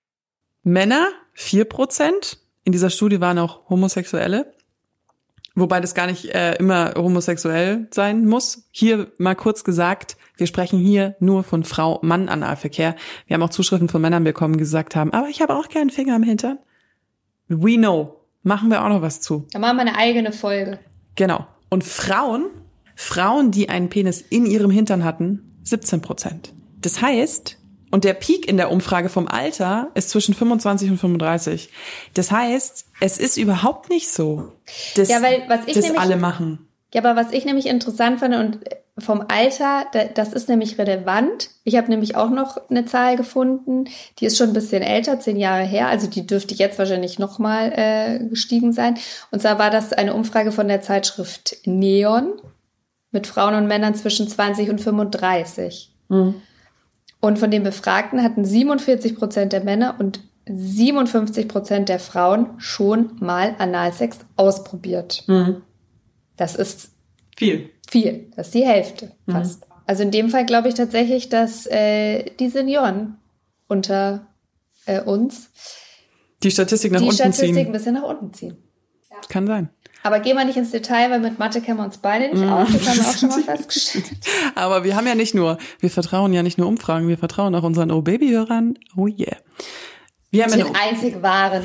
Männer, vier Prozent. In dieser Studie waren auch Homosexuelle. Wobei das gar nicht äh, immer homosexuell sein muss. Hier mal kurz gesagt, wir sprechen hier nur von Frau-Mann-Analverkehr. Wir haben auch Zuschriften von Männern bekommen, die gesagt haben, aber ich habe auch keinen Finger am Hintern. We know. Machen wir auch noch was zu. Da machen wir eine eigene Folge. Genau. Und Frauen, Frauen, die einen Penis in ihrem Hintern hatten, siebzehn Prozent. Das heißt, und der Peak in der Umfrage vom Alter ist zwischen fünfundzwanzig und fünfunddreißig. Das heißt, es ist überhaupt nicht so, dass ja, weil, was ich das nämlich, alle machen. Ja, aber was ich nämlich interessant fand und vom Alter, das ist nämlich relevant. Ich habe nämlich auch noch eine Zahl gefunden, die ist schon ein bisschen älter, zehn Jahre her, also die dürfte jetzt wahrscheinlich nochmal äh, gestiegen sein. Und zwar war das eine Umfrage von der Zeitschrift Neon mit Frauen und Männern zwischen zwanzig und fünfunddreißig. Mhm. Und von den Befragten hatten siebenundvierzig Prozent der Männer und siebenundfünfzig Prozent der Frauen schon mal Analsex ausprobiert. Mhm. Das ist viel. Viel. Das ist die Hälfte fast. Mhm. Also in dem Fall glaube ich tatsächlich, dass äh, die Senioren unter äh, uns die Statistik nach die unten Statistik ziehen. ein bisschen nach unten ziehen. Ja. Kann sein. Aber gehen wir nicht ins Detail, weil mit Mathe kennen wir uns beide nicht aus. Das haben wir auch schon mal festgestellt. Aber wir haben ja nicht nur, wir vertrauen ja nicht nur Umfragen, wir vertrauen auch unseren Oh-Baby-Hörern. Oh yeah. Wir haben den eine, einzig wahren.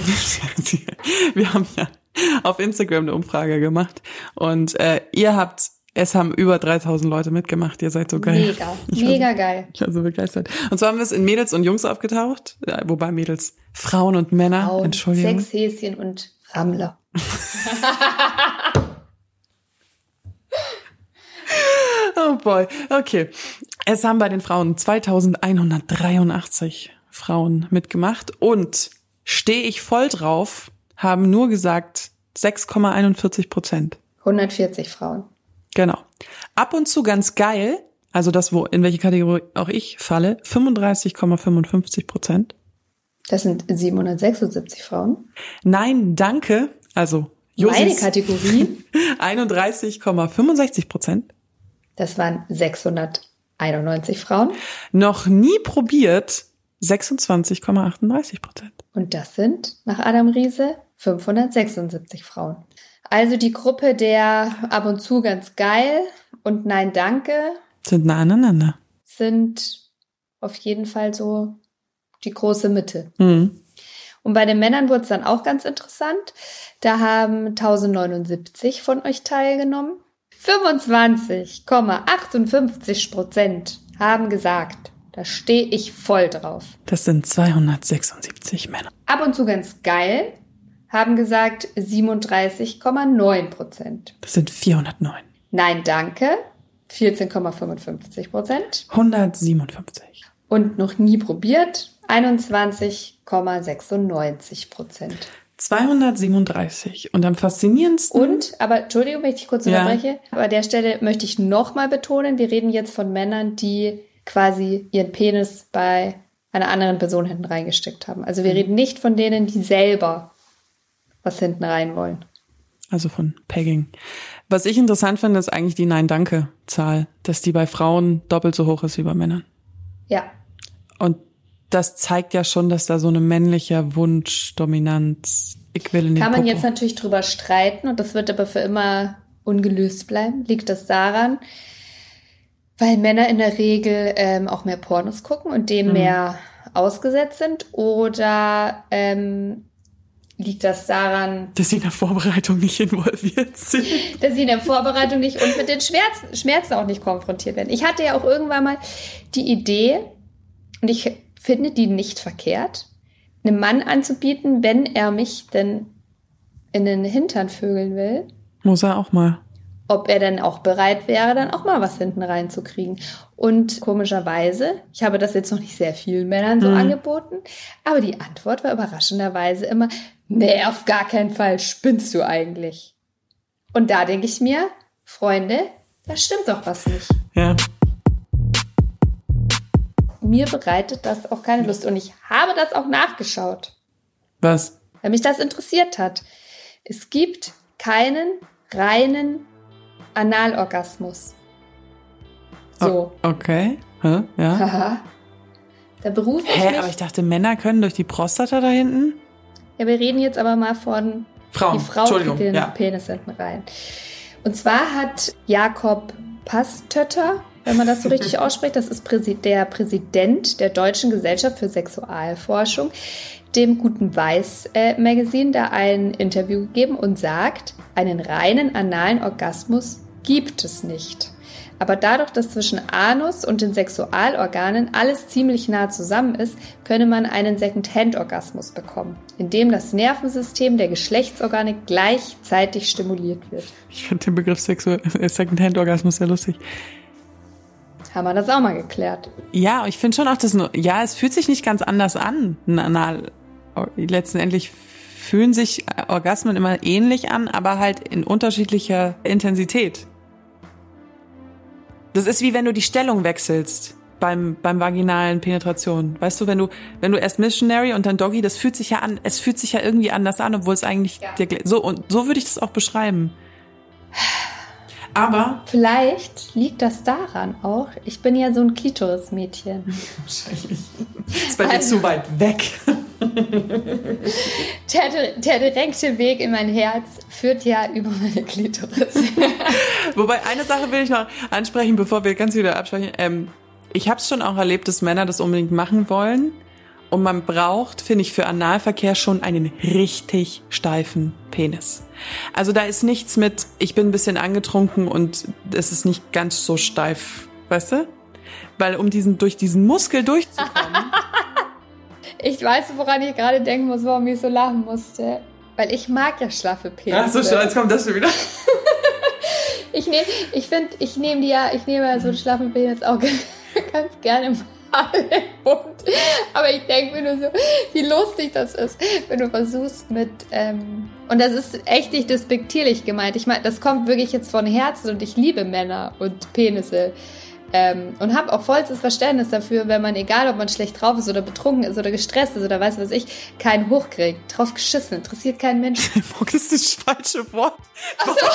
Wir haben ja auf Instagram eine Umfrage gemacht und äh, ihr habt, es haben über dreitausend Leute mitgemacht. Ihr seid so geil. Mega, mega so, geil. Ich war so begeistert. Und zwar haben wir es in Mädels und Jungs aufgetaucht, wobei Mädels, Frauen und Männer, Frauen, Entschuldigung. Sex, Häschen und Rammler. Oh boy, okay. Es haben bei den Frauen zweitausendeinhundertdreiundachtzig Frauen mitgemacht und stehe ich voll drauf, haben nur gesagt sechs Komma einundvierzig Prozent. hundertvierzig Frauen. Genau. Ab und zu ganz geil, also das, wo in welche Kategorie auch ich falle, fünfunddreißig Komma fünfundfünfzig Prozent. Das sind siebenhundertsechsundsiebzig Frauen. Nein, danke, also Josis, meine Kategorie. einunddreißig Komma fünfundsechzig Prozent. Das waren sechshunderteinundneunzig Frauen. Noch nie probiert, sechsundzwanzig Komma achtunddreißig Prozent. Und das sind, nach Adam Riese, fünfhundertsechsundsiebzig Frauen. Also die Gruppe der ab und zu ganz geil und nein, danke. Sind nah aneinander. Sind auf jeden Fall so die große Mitte. Mhm. Und bei den Männern wurde es dann auch ganz interessant. Da haben tausendneunundsiebzig von euch teilgenommen. fünfundzwanzig Komma achtundfünfzig Prozent haben gesagt, da stehe ich voll drauf. Das sind zweihundertsechsundsiebzig Männer. Ab und zu ganz geil haben gesagt siebenunddreißig Komma neun Prozent. Das sind vierhundertneun. Nein, danke, vierzehn Komma fünfundfünfzig Prozent. hundertsiebenundfünfzig. Und noch nie probiert, einundzwanzig Komma sechsundneunzig Prozent. zweihundertsiebenunddreißig. Und am faszinierendsten... Und, aber Entschuldigung, wenn ich dich kurz Ja. unterbreche, aber an der Stelle möchte ich nochmal betonen, wir reden jetzt von Männern, die quasi ihren Penis bei einer anderen Person hinten reingesteckt haben. Also wir Mhm. reden nicht von denen, die selber was hinten rein wollen. Also von Pegging. Was ich interessant finde, ist eigentlich die Nein-Danke-Zahl, dass die bei Frauen doppelt so hoch ist wie bei Männern. Ja. Und das zeigt ja schon, dass da so eine männliche Wunsch, Dominanz, ich will in den Kann man Popo. jetzt natürlich drüber streiten und das wird aber für immer ungelöst bleiben. Liegt das daran, weil Männer in der Regel ähm, auch mehr Pornos gucken und dem Mhm. mehr ausgesetzt sind? Oder ähm, liegt das daran, Dass sie in der Vorbereitung nicht involviert sind. dass sie in der Vorbereitung nicht und mit den Schmerzen, Schmerzen auch nicht konfrontiert werden? Ich hatte ja auch irgendwann mal die Idee, und ich finde die nicht verkehrt, einem Mann anzubieten, wenn er mich denn in den Hintern vögeln will, Muss er auch mal. Ob er dann auch bereit wäre, dann auch mal was hinten reinzukriegen. Und komischerweise, ich habe das jetzt noch nicht sehr vielen Männern so hm. angeboten, aber die Antwort war überraschenderweise immer, nee, auf gar keinen Fall, spinnst du eigentlich? Und da denke ich mir, Freunde, da stimmt doch was nicht. Ja. Mir bereitet das auch keine Lust. Und ich habe das auch nachgeschaut. Was? Weil mich das interessiert hat. Es gibt keinen reinen Analorgasmus. So. O- okay. Hä? Ja. Haha. Da berufe ich Hä, mich. aber ich dachte, Männer können durch die Prostata da hinten? Ja, wir reden jetzt aber mal von Frauen. die Frau Entschuldigung. kriegt den Ja. Penis hinten rein. Und zwar hat Jakob Pastötter, wenn man das so richtig ausspricht, das ist Präsi- der Präsident der Deutschen Gesellschaft für Sexualforschung, dem Guten Weiß äh, Magazine da ein Interview gegeben und sagt, einen reinen analen Orgasmus gibt es nicht. Aber dadurch, dass zwischen Anus und den Sexualorganen alles ziemlich nah zusammen ist, könne man einen Second-Hand-Orgasmus bekommen, in dem das Nervensystem der Geschlechtsorgane gleichzeitig stimuliert wird. Ich finde den Begriff Sexu- äh, Second-Hand-Orgasmus sehr lustig. Haben wir das auch mal geklärt. Ja, ich finde schon auch, dass nur, ja, es fühlt sich nicht ganz anders an. Ein Anal, letztendlich fühlen sich Orgasmen immer ähnlich an, aber halt in unterschiedlicher Intensität. Das ist wie wenn du die Stellung wechselst beim beim vaginalen Penetration. Weißt du, wenn du wenn du erst Missionary und dann Doggy, das fühlt sich ja an, es fühlt sich ja irgendwie anders an, obwohl es eigentlich Ja. der, so und so würde ich das auch beschreiben. Aber Vielleicht liegt das daran auch, ich bin ja so ein Klitoris-Mädchen. wahrscheinlich ist bei dir Also- zu weit weg. Der, der direkte Weg in mein Herz führt ja über meine Klitoris. Wobei, eine Sache will ich noch ansprechen, bevor wir ganz wieder absprechen. Ähm, ich habe es schon auch erlebt, dass Männer das unbedingt machen wollen. Und man braucht, finde ich, für Analverkehr schon einen richtig steifen Penis. Also da ist nichts mit, ich bin ein bisschen angetrunken und es ist nicht ganz so steif, weißt du? Weil um diesen durch diesen Muskel durchzukommen... Ich weiß, woran ich gerade denken muss, warum ich so lachen musste. Weil ich mag ja schlaffe Penisse. Ach so, schon, jetzt kommt das schon wieder. Ich nehme, ich finde, ich nehme die ja, ich nehme ja so einen schlaffen Penis auch ganz gerne mal in den Mund. Aber ich denke mir nur so, wie lustig das ist, wenn du versuchst mit, ähm, und das ist echt nicht despektierlich gemeint. Ich meine, das kommt wirklich jetzt von Herzen und ich liebe Männer und Penisse. Ähm, und habe auch vollstes Verständnis dafür, wenn man, egal ob man schlecht drauf ist oder betrunken ist oder gestresst ist oder weiß was ich, keinen hochkriegt. Drauf geschissen, interessiert keinen Menschen. Das ist das falsche Wort. Ach so.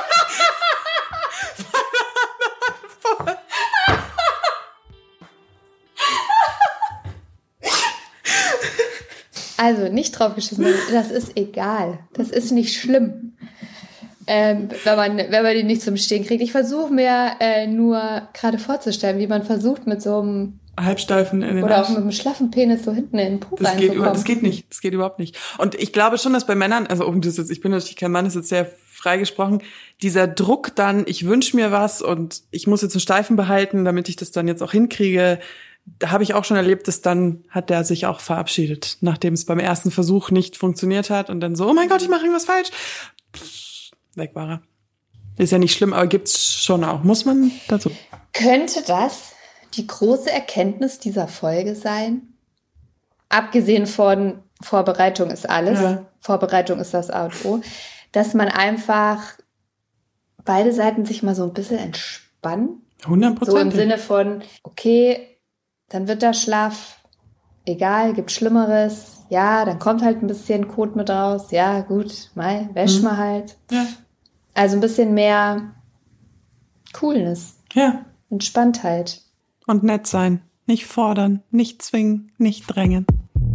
Also nicht drauf geschissen, das ist egal. Das ist nicht schlimm. Ähm, wenn man, wenn man die nicht zum Stehen kriegt. Ich versuche mir äh, nur gerade vorzustellen, wie man versucht mit so einem Halbsteifen in den oder Arsch. auch mit einem schlaffen Penis so hinten in den Po Das geht, über, reinzukommen. das geht nicht. Das geht überhaupt nicht. Und ich glaube schon, dass bei Männern, also um das jetzt, ich bin natürlich kein Mann, das ist jetzt sehr freigesprochen, dieser Druck dann, ich wünsche mir was und ich muss jetzt einen Steifen behalten, damit ich das dann jetzt auch hinkriege, da habe ich auch schon erlebt, dass dann hat der sich auch verabschiedet, nachdem es beim ersten Versuch nicht funktioniert hat und dann so, oh mein Gott, ich mache irgendwas falsch. Pff, weg war er. Ist ja nicht schlimm, aber gibt's schon auch. Muss man dazu. Könnte das die große Erkenntnis dieser Folge sein? Abgesehen von Vorbereitung ist alles. Ja. Vorbereitung ist das A und O. Dass man einfach beide Seiten sich mal so ein bisschen entspannen. hundert Prozent. So im Sinne von, okay, dann wird der Schlaf egal, gibt Schlimmeres. Ja, dann kommt halt ein bisschen Kot mit raus. Ja, gut, mal, wäsch Mhm. mal halt. Ja. Also ein bisschen mehr Coolness, Ja. Entspanntheit. Und nett sein. Nicht fordern, nicht zwingen, nicht drängen.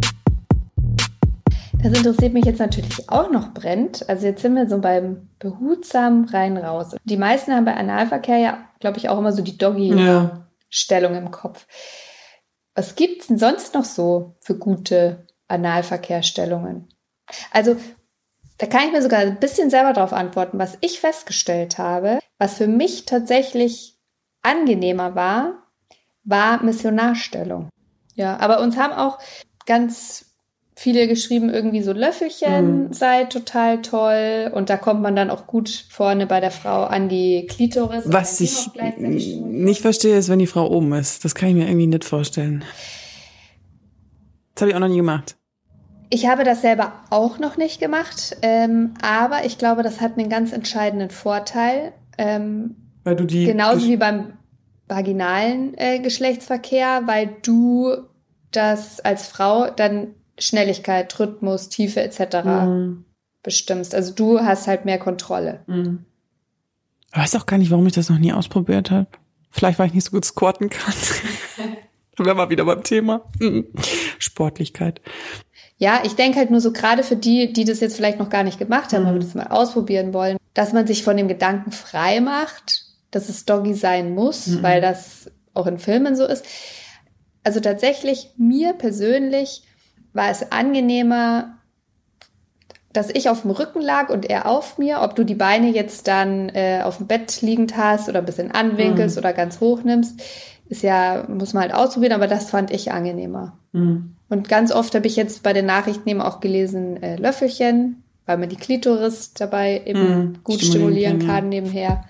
Das interessiert mich jetzt natürlich auch noch brennend. Also jetzt sind wir so beim behutsamen rein raus. Die meisten haben bei Analverkehr ja, glaube ich, auch immer so die Doggy-Stellung Ja. im Kopf. Was gibt's denn sonst noch so für gute Analverkehrstellungen? Also da kann ich mir sogar ein bisschen selber drauf antworten, was ich festgestellt habe, was für mich tatsächlich angenehmer war, war Missionarstellung. Ja, aber uns haben auch ganz viele geschrieben, irgendwie so Löffelchen Mhm. sei total toll. Und da kommt man dann auch gut vorne bei der Frau an die Klitoris. und Was dann die ich noch gleichzeitig stimulieren. nicht verstehe, ist, wenn die Frau oben ist. Das kann ich mir irgendwie nicht vorstellen. Das habe ich auch noch nie gemacht. Ich habe das selber auch noch nicht gemacht, ähm, aber ich glaube, das hat einen ganz entscheidenden Vorteil. Ähm, Weil du die... genauso die wie beim vaginalen äh, Geschlechtsverkehr, weil du das als Frau dann Schnelligkeit, Rhythmus, Tiefe et cetera Mhm. bestimmst. Also du hast halt mehr Kontrolle. Mhm. Ich weiß auch gar nicht, warum ich das noch nie ausprobiert habe. Vielleicht, weil ich nicht so gut squatten kann. Dann wären wir wieder beim Thema. Mhm. Sportlichkeit. Ja, ich denke halt nur so gerade für die, die das jetzt vielleicht noch gar nicht gemacht haben, Mhm. aber das mal ausprobieren wollen, dass man sich von dem Gedanken frei macht, dass es Doggy sein muss, Mhm. weil das auch in Filmen so ist. Also tatsächlich, mir persönlich war es angenehmer, dass ich auf dem Rücken lag und er auf mir. Ob du die Beine jetzt dann äh, auf dem Bett liegend hast oder ein bisschen anwinkelst Mhm. oder ganz hoch nimmst, ist ja, muss man halt ausprobieren, aber das fand ich angenehmer. Mhm. Und ganz oft habe ich jetzt bei den Nachrichten eben auch gelesen, äh, Löffelchen, weil man die Klitoris dabei eben Mhm, gut stimulieren stimulieren kann, ja. kann nebenher.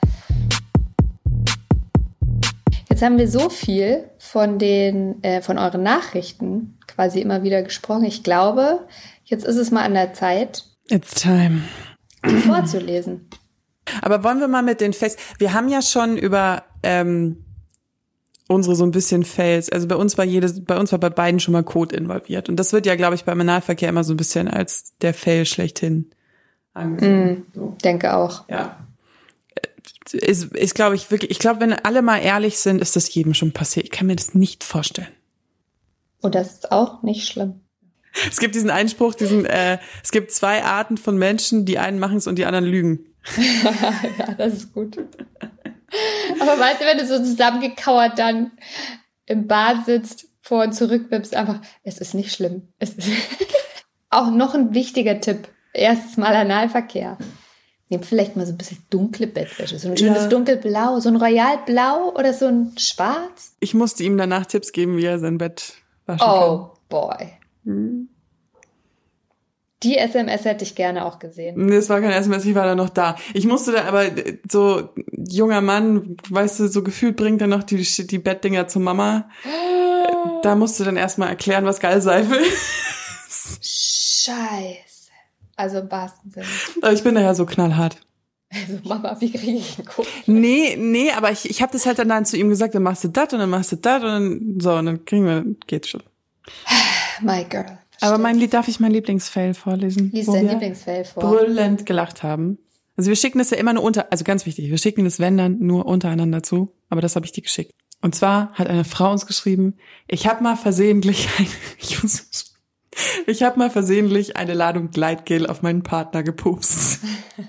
Jetzt haben wir so viel von den, äh, von euren Nachrichten quasi immer wieder gesprochen. Ich glaube, jetzt ist es mal an der Zeit, It's time. die vorzulesen. Aber wollen wir mal mit den Fails... Wir haben ja schon über ähm, unsere so ein bisschen Fails... Also bei uns war jedes, bei uns war bei beiden schon mal Code involviert. Und das wird ja, glaube ich, beim Analverkehr immer so ein bisschen als der Fail schlechthin angesehen. So. Denke auch. Ja. Ist, ist glaube ich, wirklich... Ich glaube, wenn alle mal ehrlich sind, ist das jedem schon passiert. Ich kann mir das nicht vorstellen. Und das ist auch nicht schlimm. Es gibt diesen Einspruch, diesen, äh, es gibt zwei Arten von Menschen, die einen machen es und die anderen lügen. Ja, das ist gut. Aber weißt du, wenn du so zusammengekauert dann im Bad sitzt, vor und zurück wippst, einfach, es ist nicht schlimm. Es ist auch noch ein wichtiger Tipp. Erstes Mal Analverkehr. Nehmt vielleicht mal so ein bisschen dunkle Bettwäsche. So ein schönes Ja. dunkelblau, so ein Royalblau oder so ein Schwarz. Ich musste ihm danach Tipps geben, wie er sein Bett waschen Oh, boy. kann. Hm. Die S M S hätte ich gerne auch gesehen. Nee, es war kein S M S, ich war da noch da. Ich musste da aber, äh, so, junger Mann, weißt du, so gefühlt bringt er noch die, die Bettdinger zur Mama. Da musst du dann erstmal erklären, was Gallseife ist. Scheiße. Also im wahrsten Sinne. Aber ich bin daher so knallhart. Also Mama, wie kriege ich einen Kuchen? Nee, nee, aber ich, ich habe das halt dann, dann zu ihm gesagt, dann machst du das und dann machst du das und dann, so, und dann kriegen wir, geht's schon. My girl. Aber mein Lied, darf ich mein Lieblingsfail vorlesen? Lies Wo dein wir Lieblingsfail vor. brüllend gelacht haben. Also wir schicken das ja immer nur unter, also ganz wichtig, wir schicken das, wenn dann, nur untereinander zu. Aber das habe ich dir geschickt. Und zwar hat eine Frau uns geschrieben, ich habe mal versehentlich eine, ich habe mal versehentlich eine Ladung Gleitgel auf meinen Partner gepupst.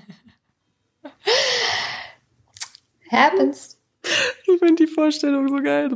Happens. Ich finde die Vorstellung so geil.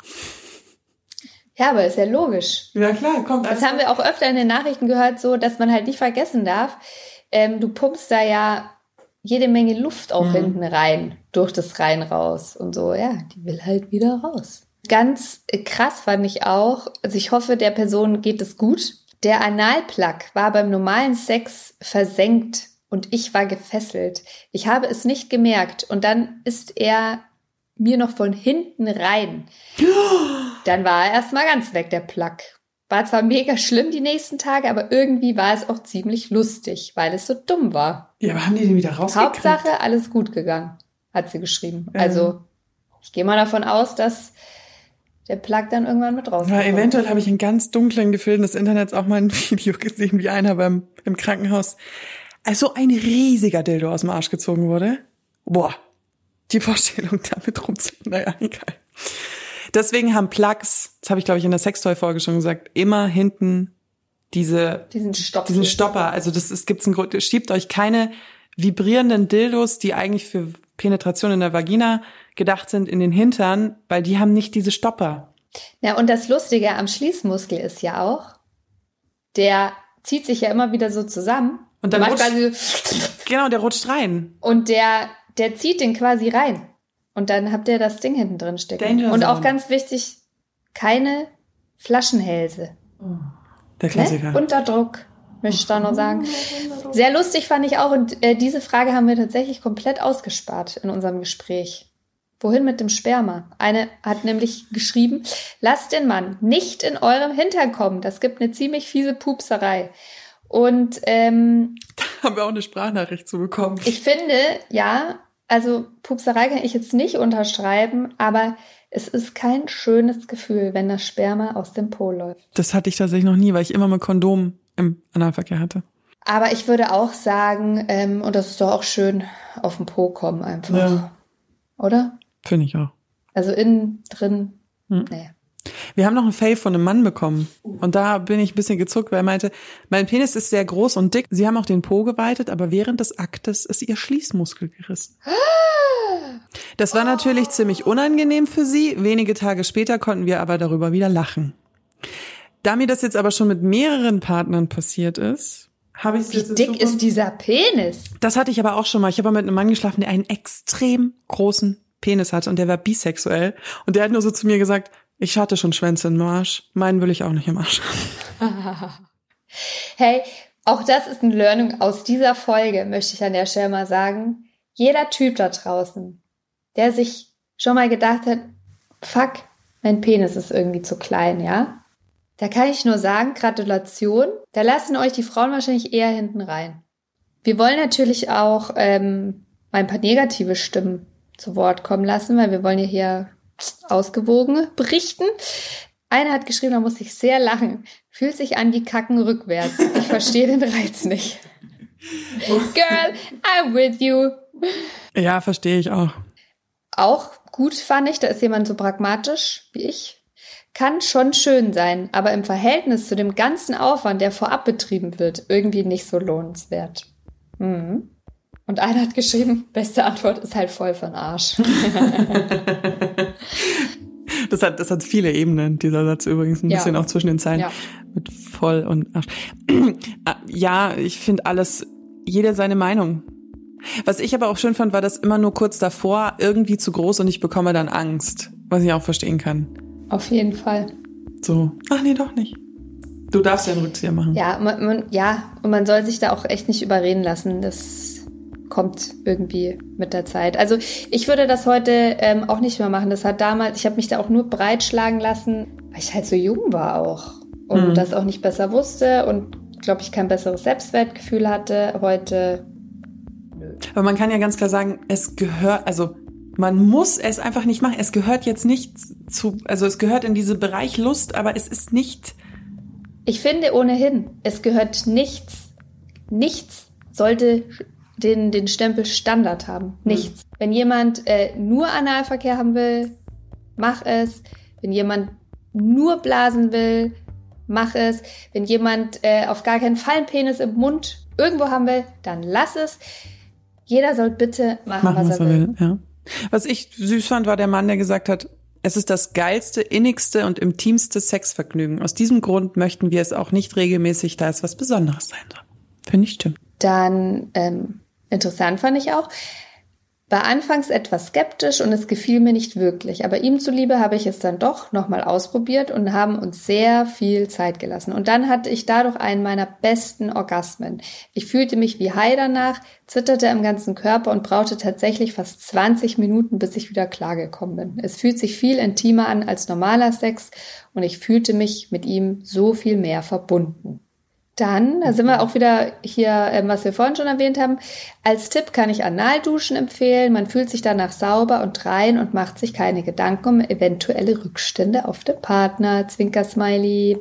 Ja, aber ist ja logisch. Ja klar, kommt Das haben wir auch öfter in den Nachrichten gehört, so, dass man halt nicht vergessen darf, ähm, du pumpst da ja jede Menge Luft auch Mhm. hinten rein, durch das Rein raus und so, ja, die will halt wieder raus. Ganz äh, krass fand ich auch, also ich hoffe, der Person geht es gut. Der Analplug war beim normalen Sex versenkt und ich war gefesselt. Ich habe es nicht gemerkt und dann ist er mir noch von hinten rein. Dann war er erstmal ganz weg, der Plug. War zwar mega schlimm die nächsten Tage, aber irgendwie war es auch ziemlich lustig, weil es so dumm war. Ja, aber haben die den wieder rausgekriegt? Hauptsache, alles gut gegangen, hat sie geschrieben. Ja. Also, ich gehe mal davon aus, dass der Plug dann irgendwann mit rauskommt. Ja, eventuell habe ich in ganz dunklen Gefilden des Internets auch mal ein Video gesehen, wie einer beim im Krankenhaus also ein riesiger Dildo aus dem Arsch gezogen wurde. Boah, die Vorstellung damit rumziehen, naja, egal. Deswegen haben Plugs, das habe ich glaube ich in der Sextoy-Folge schon gesagt, immer hinten diese Diesen Stopp. diesen Stopper. Also das ist, gibt's einen Grund, schiebt euch keine vibrierenden Dildos, die eigentlich für Penetration in der Vagina gedacht sind, in den Hintern, weil die haben nicht diese Stopper. Ja, und das Lustige am Schließmuskel ist ja auch, der zieht sich ja immer wieder so zusammen. Und dann macht rutscht- quasi so, Genau, der rutscht rein. und der, der zieht den quasi rein. Und dann habt ihr das Ding hinten drin stecken. Danger und auch Zone. ganz wichtig, keine Flaschenhälse. Der Klassiker. Ne? Unter Druck, möchte ich da noch sagen. Sehr lustig fand ich auch, und äh, diese Frage haben wir tatsächlich komplett ausgespart in unserem Gespräch. Wohin mit dem Sperma? Eine hat nämlich geschrieben, lasst den Mann nicht in eurem Hintern kommen. Das gibt eine ziemlich fiese Pupserei. Und ähm, da haben wir auch eine Sprachnachricht zu bekommen. Ich finde, ja, also Pupserei kann ich jetzt nicht unterschreiben, aber es ist kein schönes Gefühl, wenn das Sperma aus dem Po läuft. Das hatte ich tatsächlich noch nie, weil ich immer mit Kondom im Analverkehr hatte. Aber ich würde auch sagen, ähm, und das ist doch auch schön, auf den Po kommen einfach. Ja. Oder? Finde ich auch. Also innen, drin, hm. nee. Wir haben noch einen Fave von einem Mann bekommen. Und da bin ich ein bisschen gezuckt, weil er meinte, mein Penis ist sehr groß und dick. Sie haben auch den Po geweitet, aber während des Aktes ist ihr Schließmuskel gerissen. Das war natürlich ziemlich unangenehm für sie. Wenige Tage später konnten wir aber darüber wieder lachen. Da mir das jetzt aber schon mit mehreren Partnern passiert ist, habe ich es jetzt. Wie dick ist dieser Penis? Das hatte ich aber auch schon mal. Ich habe mit einem Mann geschlafen, der einen extrem großen Penis hatte und der war bisexuell. Und der hat nur so zu mir gesagt, ich hatte schon Schwänze im Arsch. Meinen will ich auch nicht im Arsch. Hey, auch das ist ein Learning aus dieser Folge, möchte ich an der Stelle mal sagen. Jeder Typ da draußen, der sich schon mal gedacht hat, fuck, mein Penis ist irgendwie zu klein, ja? Da kann ich nur sagen, Gratulation. Da lassen euch die Frauen wahrscheinlich eher hinten rein. Wir wollen natürlich auch ähm, ein paar negative Stimmen zu Wort kommen lassen, weil wir wollen ja hier ausgewogen berichten. Einer hat geschrieben, da muss ich sehr lachen. Fühlt sich an wie Kacken rückwärts. Ich verstehe den Reiz nicht. Girl, I'm with you. Ja, verstehe ich auch. Auch gut fand ich, da ist jemand so pragmatisch wie ich. Kann schon schön sein, aber im Verhältnis zu dem ganzen Aufwand, der vorab betrieben wird, irgendwie nicht so lohnenswert. Mhm. Und einer hat geschrieben, beste Antwort ist halt voll von Arsch. Das hat, das hat viele Ebenen, dieser Satz übrigens, ein ja. bisschen auch zwischen den Zeilen ja. mit voll und Arsch. Ja, ich finde alles, jeder seine Meinung. Was ich aber auch schön fand, war das immer nur kurz davor irgendwie zu groß und ich bekomme dann Angst, was ich auch verstehen kann. Auf jeden Fall. So, ach nee, doch nicht. Du darfst ja einen Rückzieher machen. Ja, man, man, ja, und man soll sich da auch echt nicht überreden lassen, das kommt irgendwie mit der Zeit. Also ich würde das heute ähm, auch nicht mehr machen. Das hat damals, ich habe mich da auch nur breitschlagen lassen, weil ich halt so jung war auch und mhm. das auch nicht besser wusste und, glaube ich, kein besseres Selbstwertgefühl hatte. Heute, nö. Aber man kann ja ganz klar sagen, es gehört, also man muss es einfach nicht machen. Es gehört jetzt nicht zu, also es gehört in diesen Bereich Lust, aber es ist nicht. Ich finde ohnehin, es gehört nichts, nichts sollte den, den Stempel Standard haben. Nichts. Mhm. Wenn jemand äh, nur Analverkehr haben will, mach es. Wenn jemand nur blasen will, mach es. Wenn jemand äh, auf gar keinen Fall einen Penis im Mund irgendwo haben will, dann lass es. Jeder soll bitte machen, machen was, was er will. will. Ja. Was ich süß fand, war der Mann, der gesagt hat, es ist das geilste, innigste und intimste Sexvergnügen. Aus diesem Grund möchten wir es auch nicht regelmäßig, da es was Besonderes sein soll. Finde ich stimmt. Dann ähm, interessant fand ich auch, war anfangs etwas skeptisch und es gefiel mir nicht wirklich. Aber ihm zuliebe habe ich es dann doch nochmal ausprobiert und haben uns sehr viel Zeit gelassen. Und dann hatte ich dadurch einen meiner besten Orgasmen. Ich fühlte mich wie Hai danach, zitterte im ganzen Körper und brauchte tatsächlich fast zwanzig Minuten, bis ich wieder klargekommen bin. Es fühlt sich viel intimer an als normaler Sex und ich fühlte mich mit ihm so viel mehr verbunden. Dann, da sind wir auch wieder hier, was wir vorhin schon erwähnt haben. Als Tipp kann ich Analduschen empfehlen. Man fühlt sich danach sauber und rein und macht sich keine Gedanken um eventuelle Rückstände auf den Partner. Zwinker-Smiley.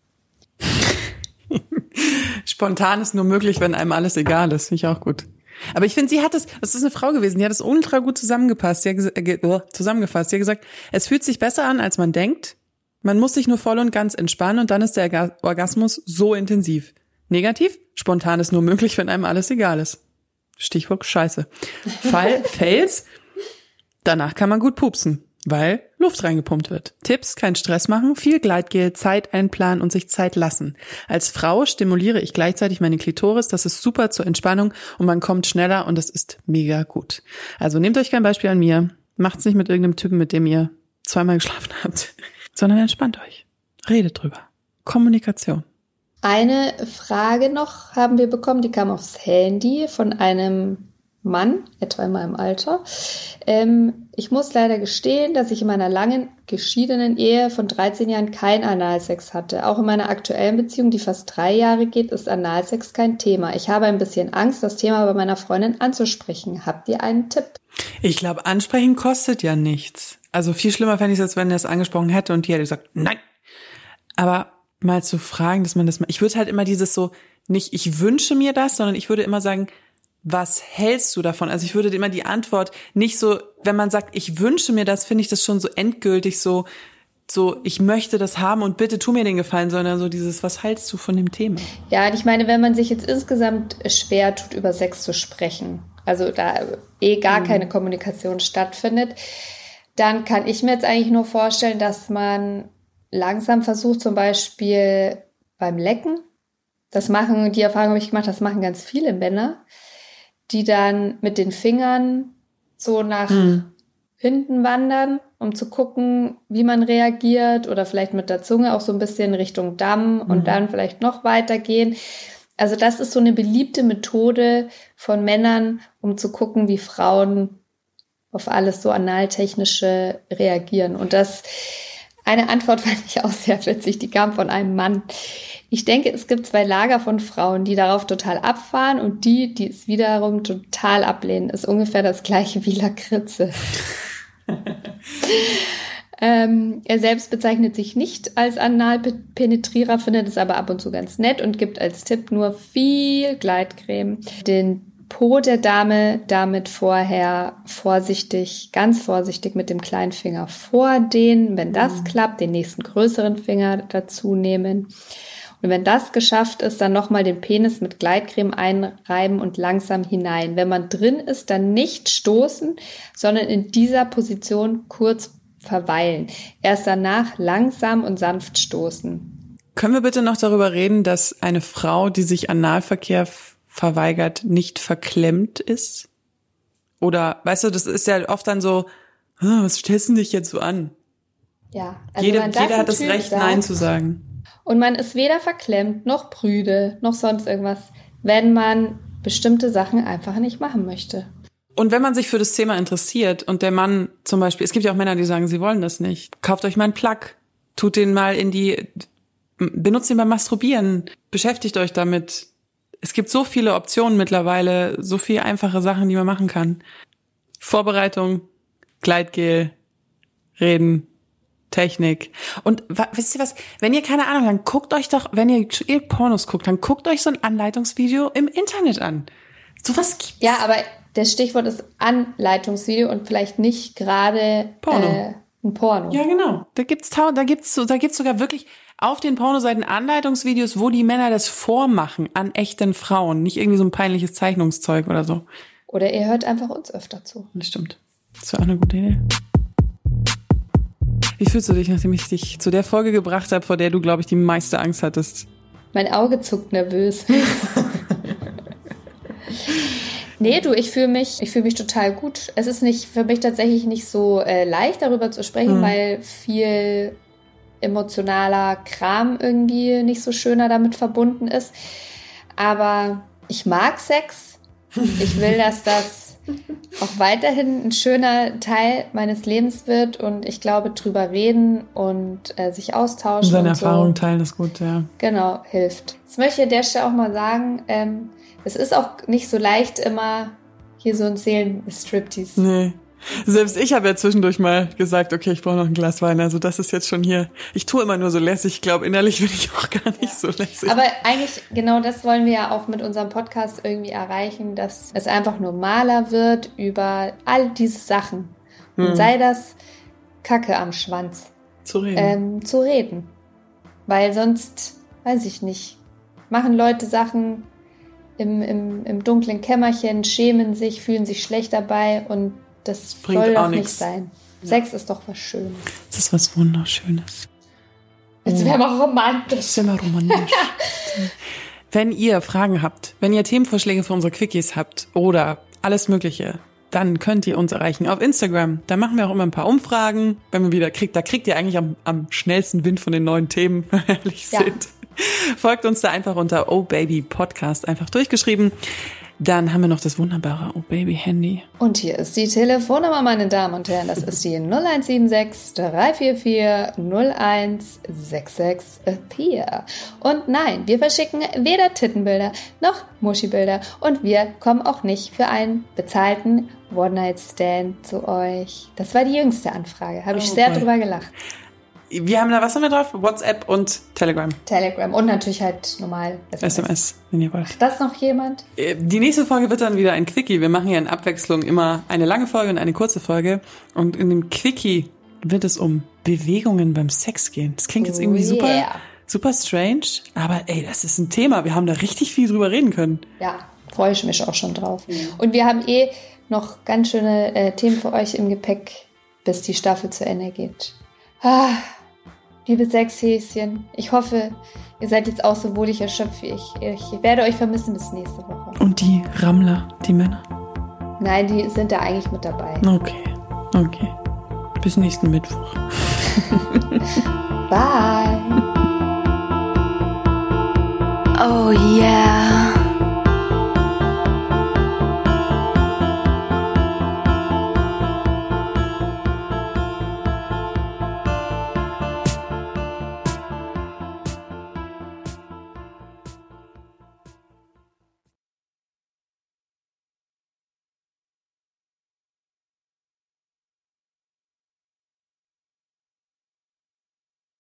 Spontan ist nur möglich, wenn einem alles egal ist. Finde ich auch gut. Aber ich finde, sie hat es, das ist eine Frau gewesen, die hat es ultra gut zusammengepasst. Sie hat äh, zusammengefasst. Sie hat gesagt, es fühlt sich besser an, als man denkt. Man muss sich nur voll und ganz entspannen und dann ist der Orgasmus so intensiv. Negativ? Spontan ist nur möglich, wenn einem alles egal ist. Stichwort Scheiße. Fall, Fails? Danach kann man gut pupsen, weil Luft reingepumpt wird. Tipps, kein Stress machen, viel Gleitgel, Zeit einplanen und sich Zeit lassen. Als Frau stimuliere ich gleichzeitig meine Klitoris, das ist super zur Entspannung und man kommt schneller und das ist mega gut. Also nehmt euch kein Beispiel an mir, macht's nicht mit irgendeinem Typen, mit dem ihr zweimal geschlafen habt. Sondern entspannt euch. Redet drüber. Kommunikation. Eine Frage noch haben wir bekommen, die kam aufs Handy von einem Mann, etwa in meinem Alter. Ähm, ich muss leider gestehen, dass ich in meiner langen geschiedenen Ehe von dreizehn Jahren keinen Analsex hatte. Auch in meiner aktuellen Beziehung, die fast drei Jahre geht, ist Analsex kein Thema. Ich habe ein bisschen Angst, das Thema bei meiner Freundin anzusprechen. Habt ihr einen Tipp? Ich glaube, ansprechen kostet ja nichts. Also viel schlimmer fände ich es, als wenn er es angesprochen hätte und die hätte gesagt, nein. Aber mal zu fragen, dass man das mal, ich würde halt immer dieses so, nicht ich wünsche mir das, sondern ich würde immer sagen, was hältst du davon? Also ich würde immer die Antwort nicht so, wenn man sagt, ich wünsche mir das, finde ich das schon so endgültig so, so, ich möchte das haben und bitte tu mir den Gefallen, sondern so dieses, was hältst du von dem Thema? Ja, und ich meine, wenn man sich jetzt insgesamt schwer tut, über Sex zu sprechen, also da eh gar mhm. keine Kommunikation stattfindet, dann kann ich mir jetzt eigentlich nur vorstellen, dass man langsam versucht, zum Beispiel beim Lecken, das machen, die Erfahrung habe ich gemacht, das machen ganz viele Männer, die dann mit den Fingern so nach hm. hinten wandern, um zu gucken, wie man reagiert oder vielleicht mit der Zunge auch so ein bisschen Richtung Damm und mhm. dann vielleicht noch weitergehen. Also das ist so eine beliebte Methode von Männern, um zu gucken, wie Frauen auf alles so analtechnische reagieren. Und das, eine Antwort fand ich auch sehr witzig, die kam von einem Mann. Ich denke, es gibt zwei Lager von Frauen, die darauf total abfahren und die, die es wiederum total ablehnen. Ist ungefähr das gleiche wie Lakritze. ähm, er selbst bezeichnet sich nicht als Analpenetrierer, findet es aber ab und zu ganz nett und gibt als Tipp nur viel Gleitcreme. Den Po der Dame damit vorher vorsichtig, ganz vorsichtig mit dem kleinen Finger vordehnen. Wenn das mhm. klappt, den nächsten größeren Finger dazu nehmen. Und wenn das geschafft ist, dann nochmal den Penis mit Gleitcreme einreiben und langsam hinein. Wenn man drin ist, dann nicht stoßen, sondern in dieser Position kurz verweilen. Erst danach langsam und sanft stoßen. Können wir bitte noch darüber reden, dass eine Frau, die sich Analverkehr verweigert, nicht verklemmt ist? Oder, weißt du, das ist ja oft dann so, was stellst du dich jetzt so an? Ja, also Jede, jeder hat das Recht, sagt, Nein zu sagen. Und man ist weder verklemmt, noch prüde, noch sonst irgendwas, wenn man bestimmte Sachen einfach nicht machen möchte. Und wenn man sich für das Thema interessiert und der Mann zum Beispiel, es gibt ja auch Männer, die sagen, sie wollen das nicht. Kauft euch mal einen Plug, tut den mal in die, benutzt ihn beim Masturbieren, beschäftigt euch damit. Es gibt so viele Optionen mittlerweile, so viele einfache Sachen, die man machen kann. Vorbereitung, Gleitgel, Reden, Technik. Und wa- wisst ihr was, wenn ihr keine Ahnung habt, guckt euch doch, wenn ihr, ihr Pornos guckt, dann guckt euch so ein Anleitungsvideo im Internet an. Sowas gibt's. Ja, aber das Stichwort ist Anleitungsvideo und vielleicht nicht gerade Porno. Äh, ein Porno. Ja, genau. Da gibt's tau- da gibt's so, da gibt's sogar wirklich auf den Pornoseiten Anleitungsvideos, wo die Männer das vormachen an echten Frauen, nicht irgendwie so ein peinliches Zeichnungszeug oder so. Oder ihr hört einfach uns öfter zu. Das stimmt. Das wäre auch eine gute Idee. Wie fühlst du dich, nachdem ich dich zu der Folge gebracht habe, vor der du, glaube ich, die meiste Angst hattest? Mein Auge zuckt nervös. Nee, du, ich fühle mich, ich fühle mich total gut. Es ist nicht für mich tatsächlich nicht so äh, leicht, darüber zu sprechen, mhm. weil viel emotionaler Kram irgendwie nicht so schöner damit verbunden ist. Aber ich mag Sex. Ich will, dass das auch weiterhin ein schöner Teil meines Lebens wird und ich glaube, drüber reden und äh, sich austauschen. Und seine und so. Erfahrungen teilen ist gut, ja. Genau, hilft. Das möchte ich an der Stelle auch mal sagen, ähm, es ist auch nicht so leicht immer hier so ein Seelen-Striptease. Nee. Selbst ich habe ja zwischendurch mal gesagt, okay, ich brauche noch ein Glas Wein. Also das ist jetzt schon hier. Ich tue immer nur so lässig. Ich glaube, innerlich bin ich auch gar nicht ja. so lässig. Aber eigentlich, genau das wollen wir ja auch mit unserem Podcast irgendwie erreichen, dass es einfach normaler wird über all diese Sachen. Und hm. sei das Kacke am Schwanz. Zu reden. Ähm, zu reden. Weil sonst, weiß ich nicht, machen Leute Sachen im, im, im dunklen Kämmerchen, schämen sich, fühlen sich schlecht dabei und das bringt soll doch nicht nix. sein. Ja. Sex ist doch was Schönes. Das ist was Wunderschönes. Jetzt wäre mal romantisch. Das wäre mal romantisch. Wenn ihr Fragen habt, wenn ihr Themenvorschläge für unsere Quickies habt oder alles Mögliche, dann könnt ihr uns erreichen auf Instagram. Da machen wir auch immer ein paar Umfragen, wenn wir wieder kriegt. Da kriegt ihr eigentlich am, am schnellsten Wind von den neuen Themen, wenn wir ehrlich ja. sind. Folgt uns da einfach unter Oh Baby Podcast, einfach durchgeschrieben. Dann haben wir noch das wunderbare Oh Baby Handy. Und hier ist die Telefonnummer, meine Damen und Herren. Das ist die null eins sieben sechs, drei vier vier, null eins sechs sechs vier. Und nein, wir verschicken weder Tittenbilder noch Muschibilder. Und wir kommen auch nicht für einen bezahlten One-Night-Stand zu euch. Das war die jüngste Anfrage. Habe ich oh, sehr boy. drüber gelacht. Wir haben da, was haben wir drauf? WhatsApp und Telegram. Telegram und natürlich halt normal S M S. S M S, wenn ihr wollt. Macht das noch jemand? Die nächste Folge wird dann wieder ein Quickie. Wir machen ja in Abwechslung immer eine lange Folge und eine kurze Folge. Und in dem Quickie wird es um Bewegungen beim Sex gehen. Das klingt jetzt irgendwie oh, super, yeah. super strange. Aber ey, das ist ein Thema. Wir haben da richtig viel drüber reden können. Ja, freue ich mich auch schon drauf. Mhm. Und wir haben eh noch ganz schöne äh, Themen für euch im Gepäck, bis die Staffel zu Ende geht. Ah. Liebe Sexhäschen, ich hoffe, ihr seid jetzt auch so wohlig erschöpft wie ich. Ich werde euch vermissen bis nächste Woche. Und die Rammler, die Männer? Nein, die sind da eigentlich mit dabei. Okay, okay. Bis nächsten Mittwoch. Bye. Oh yeah.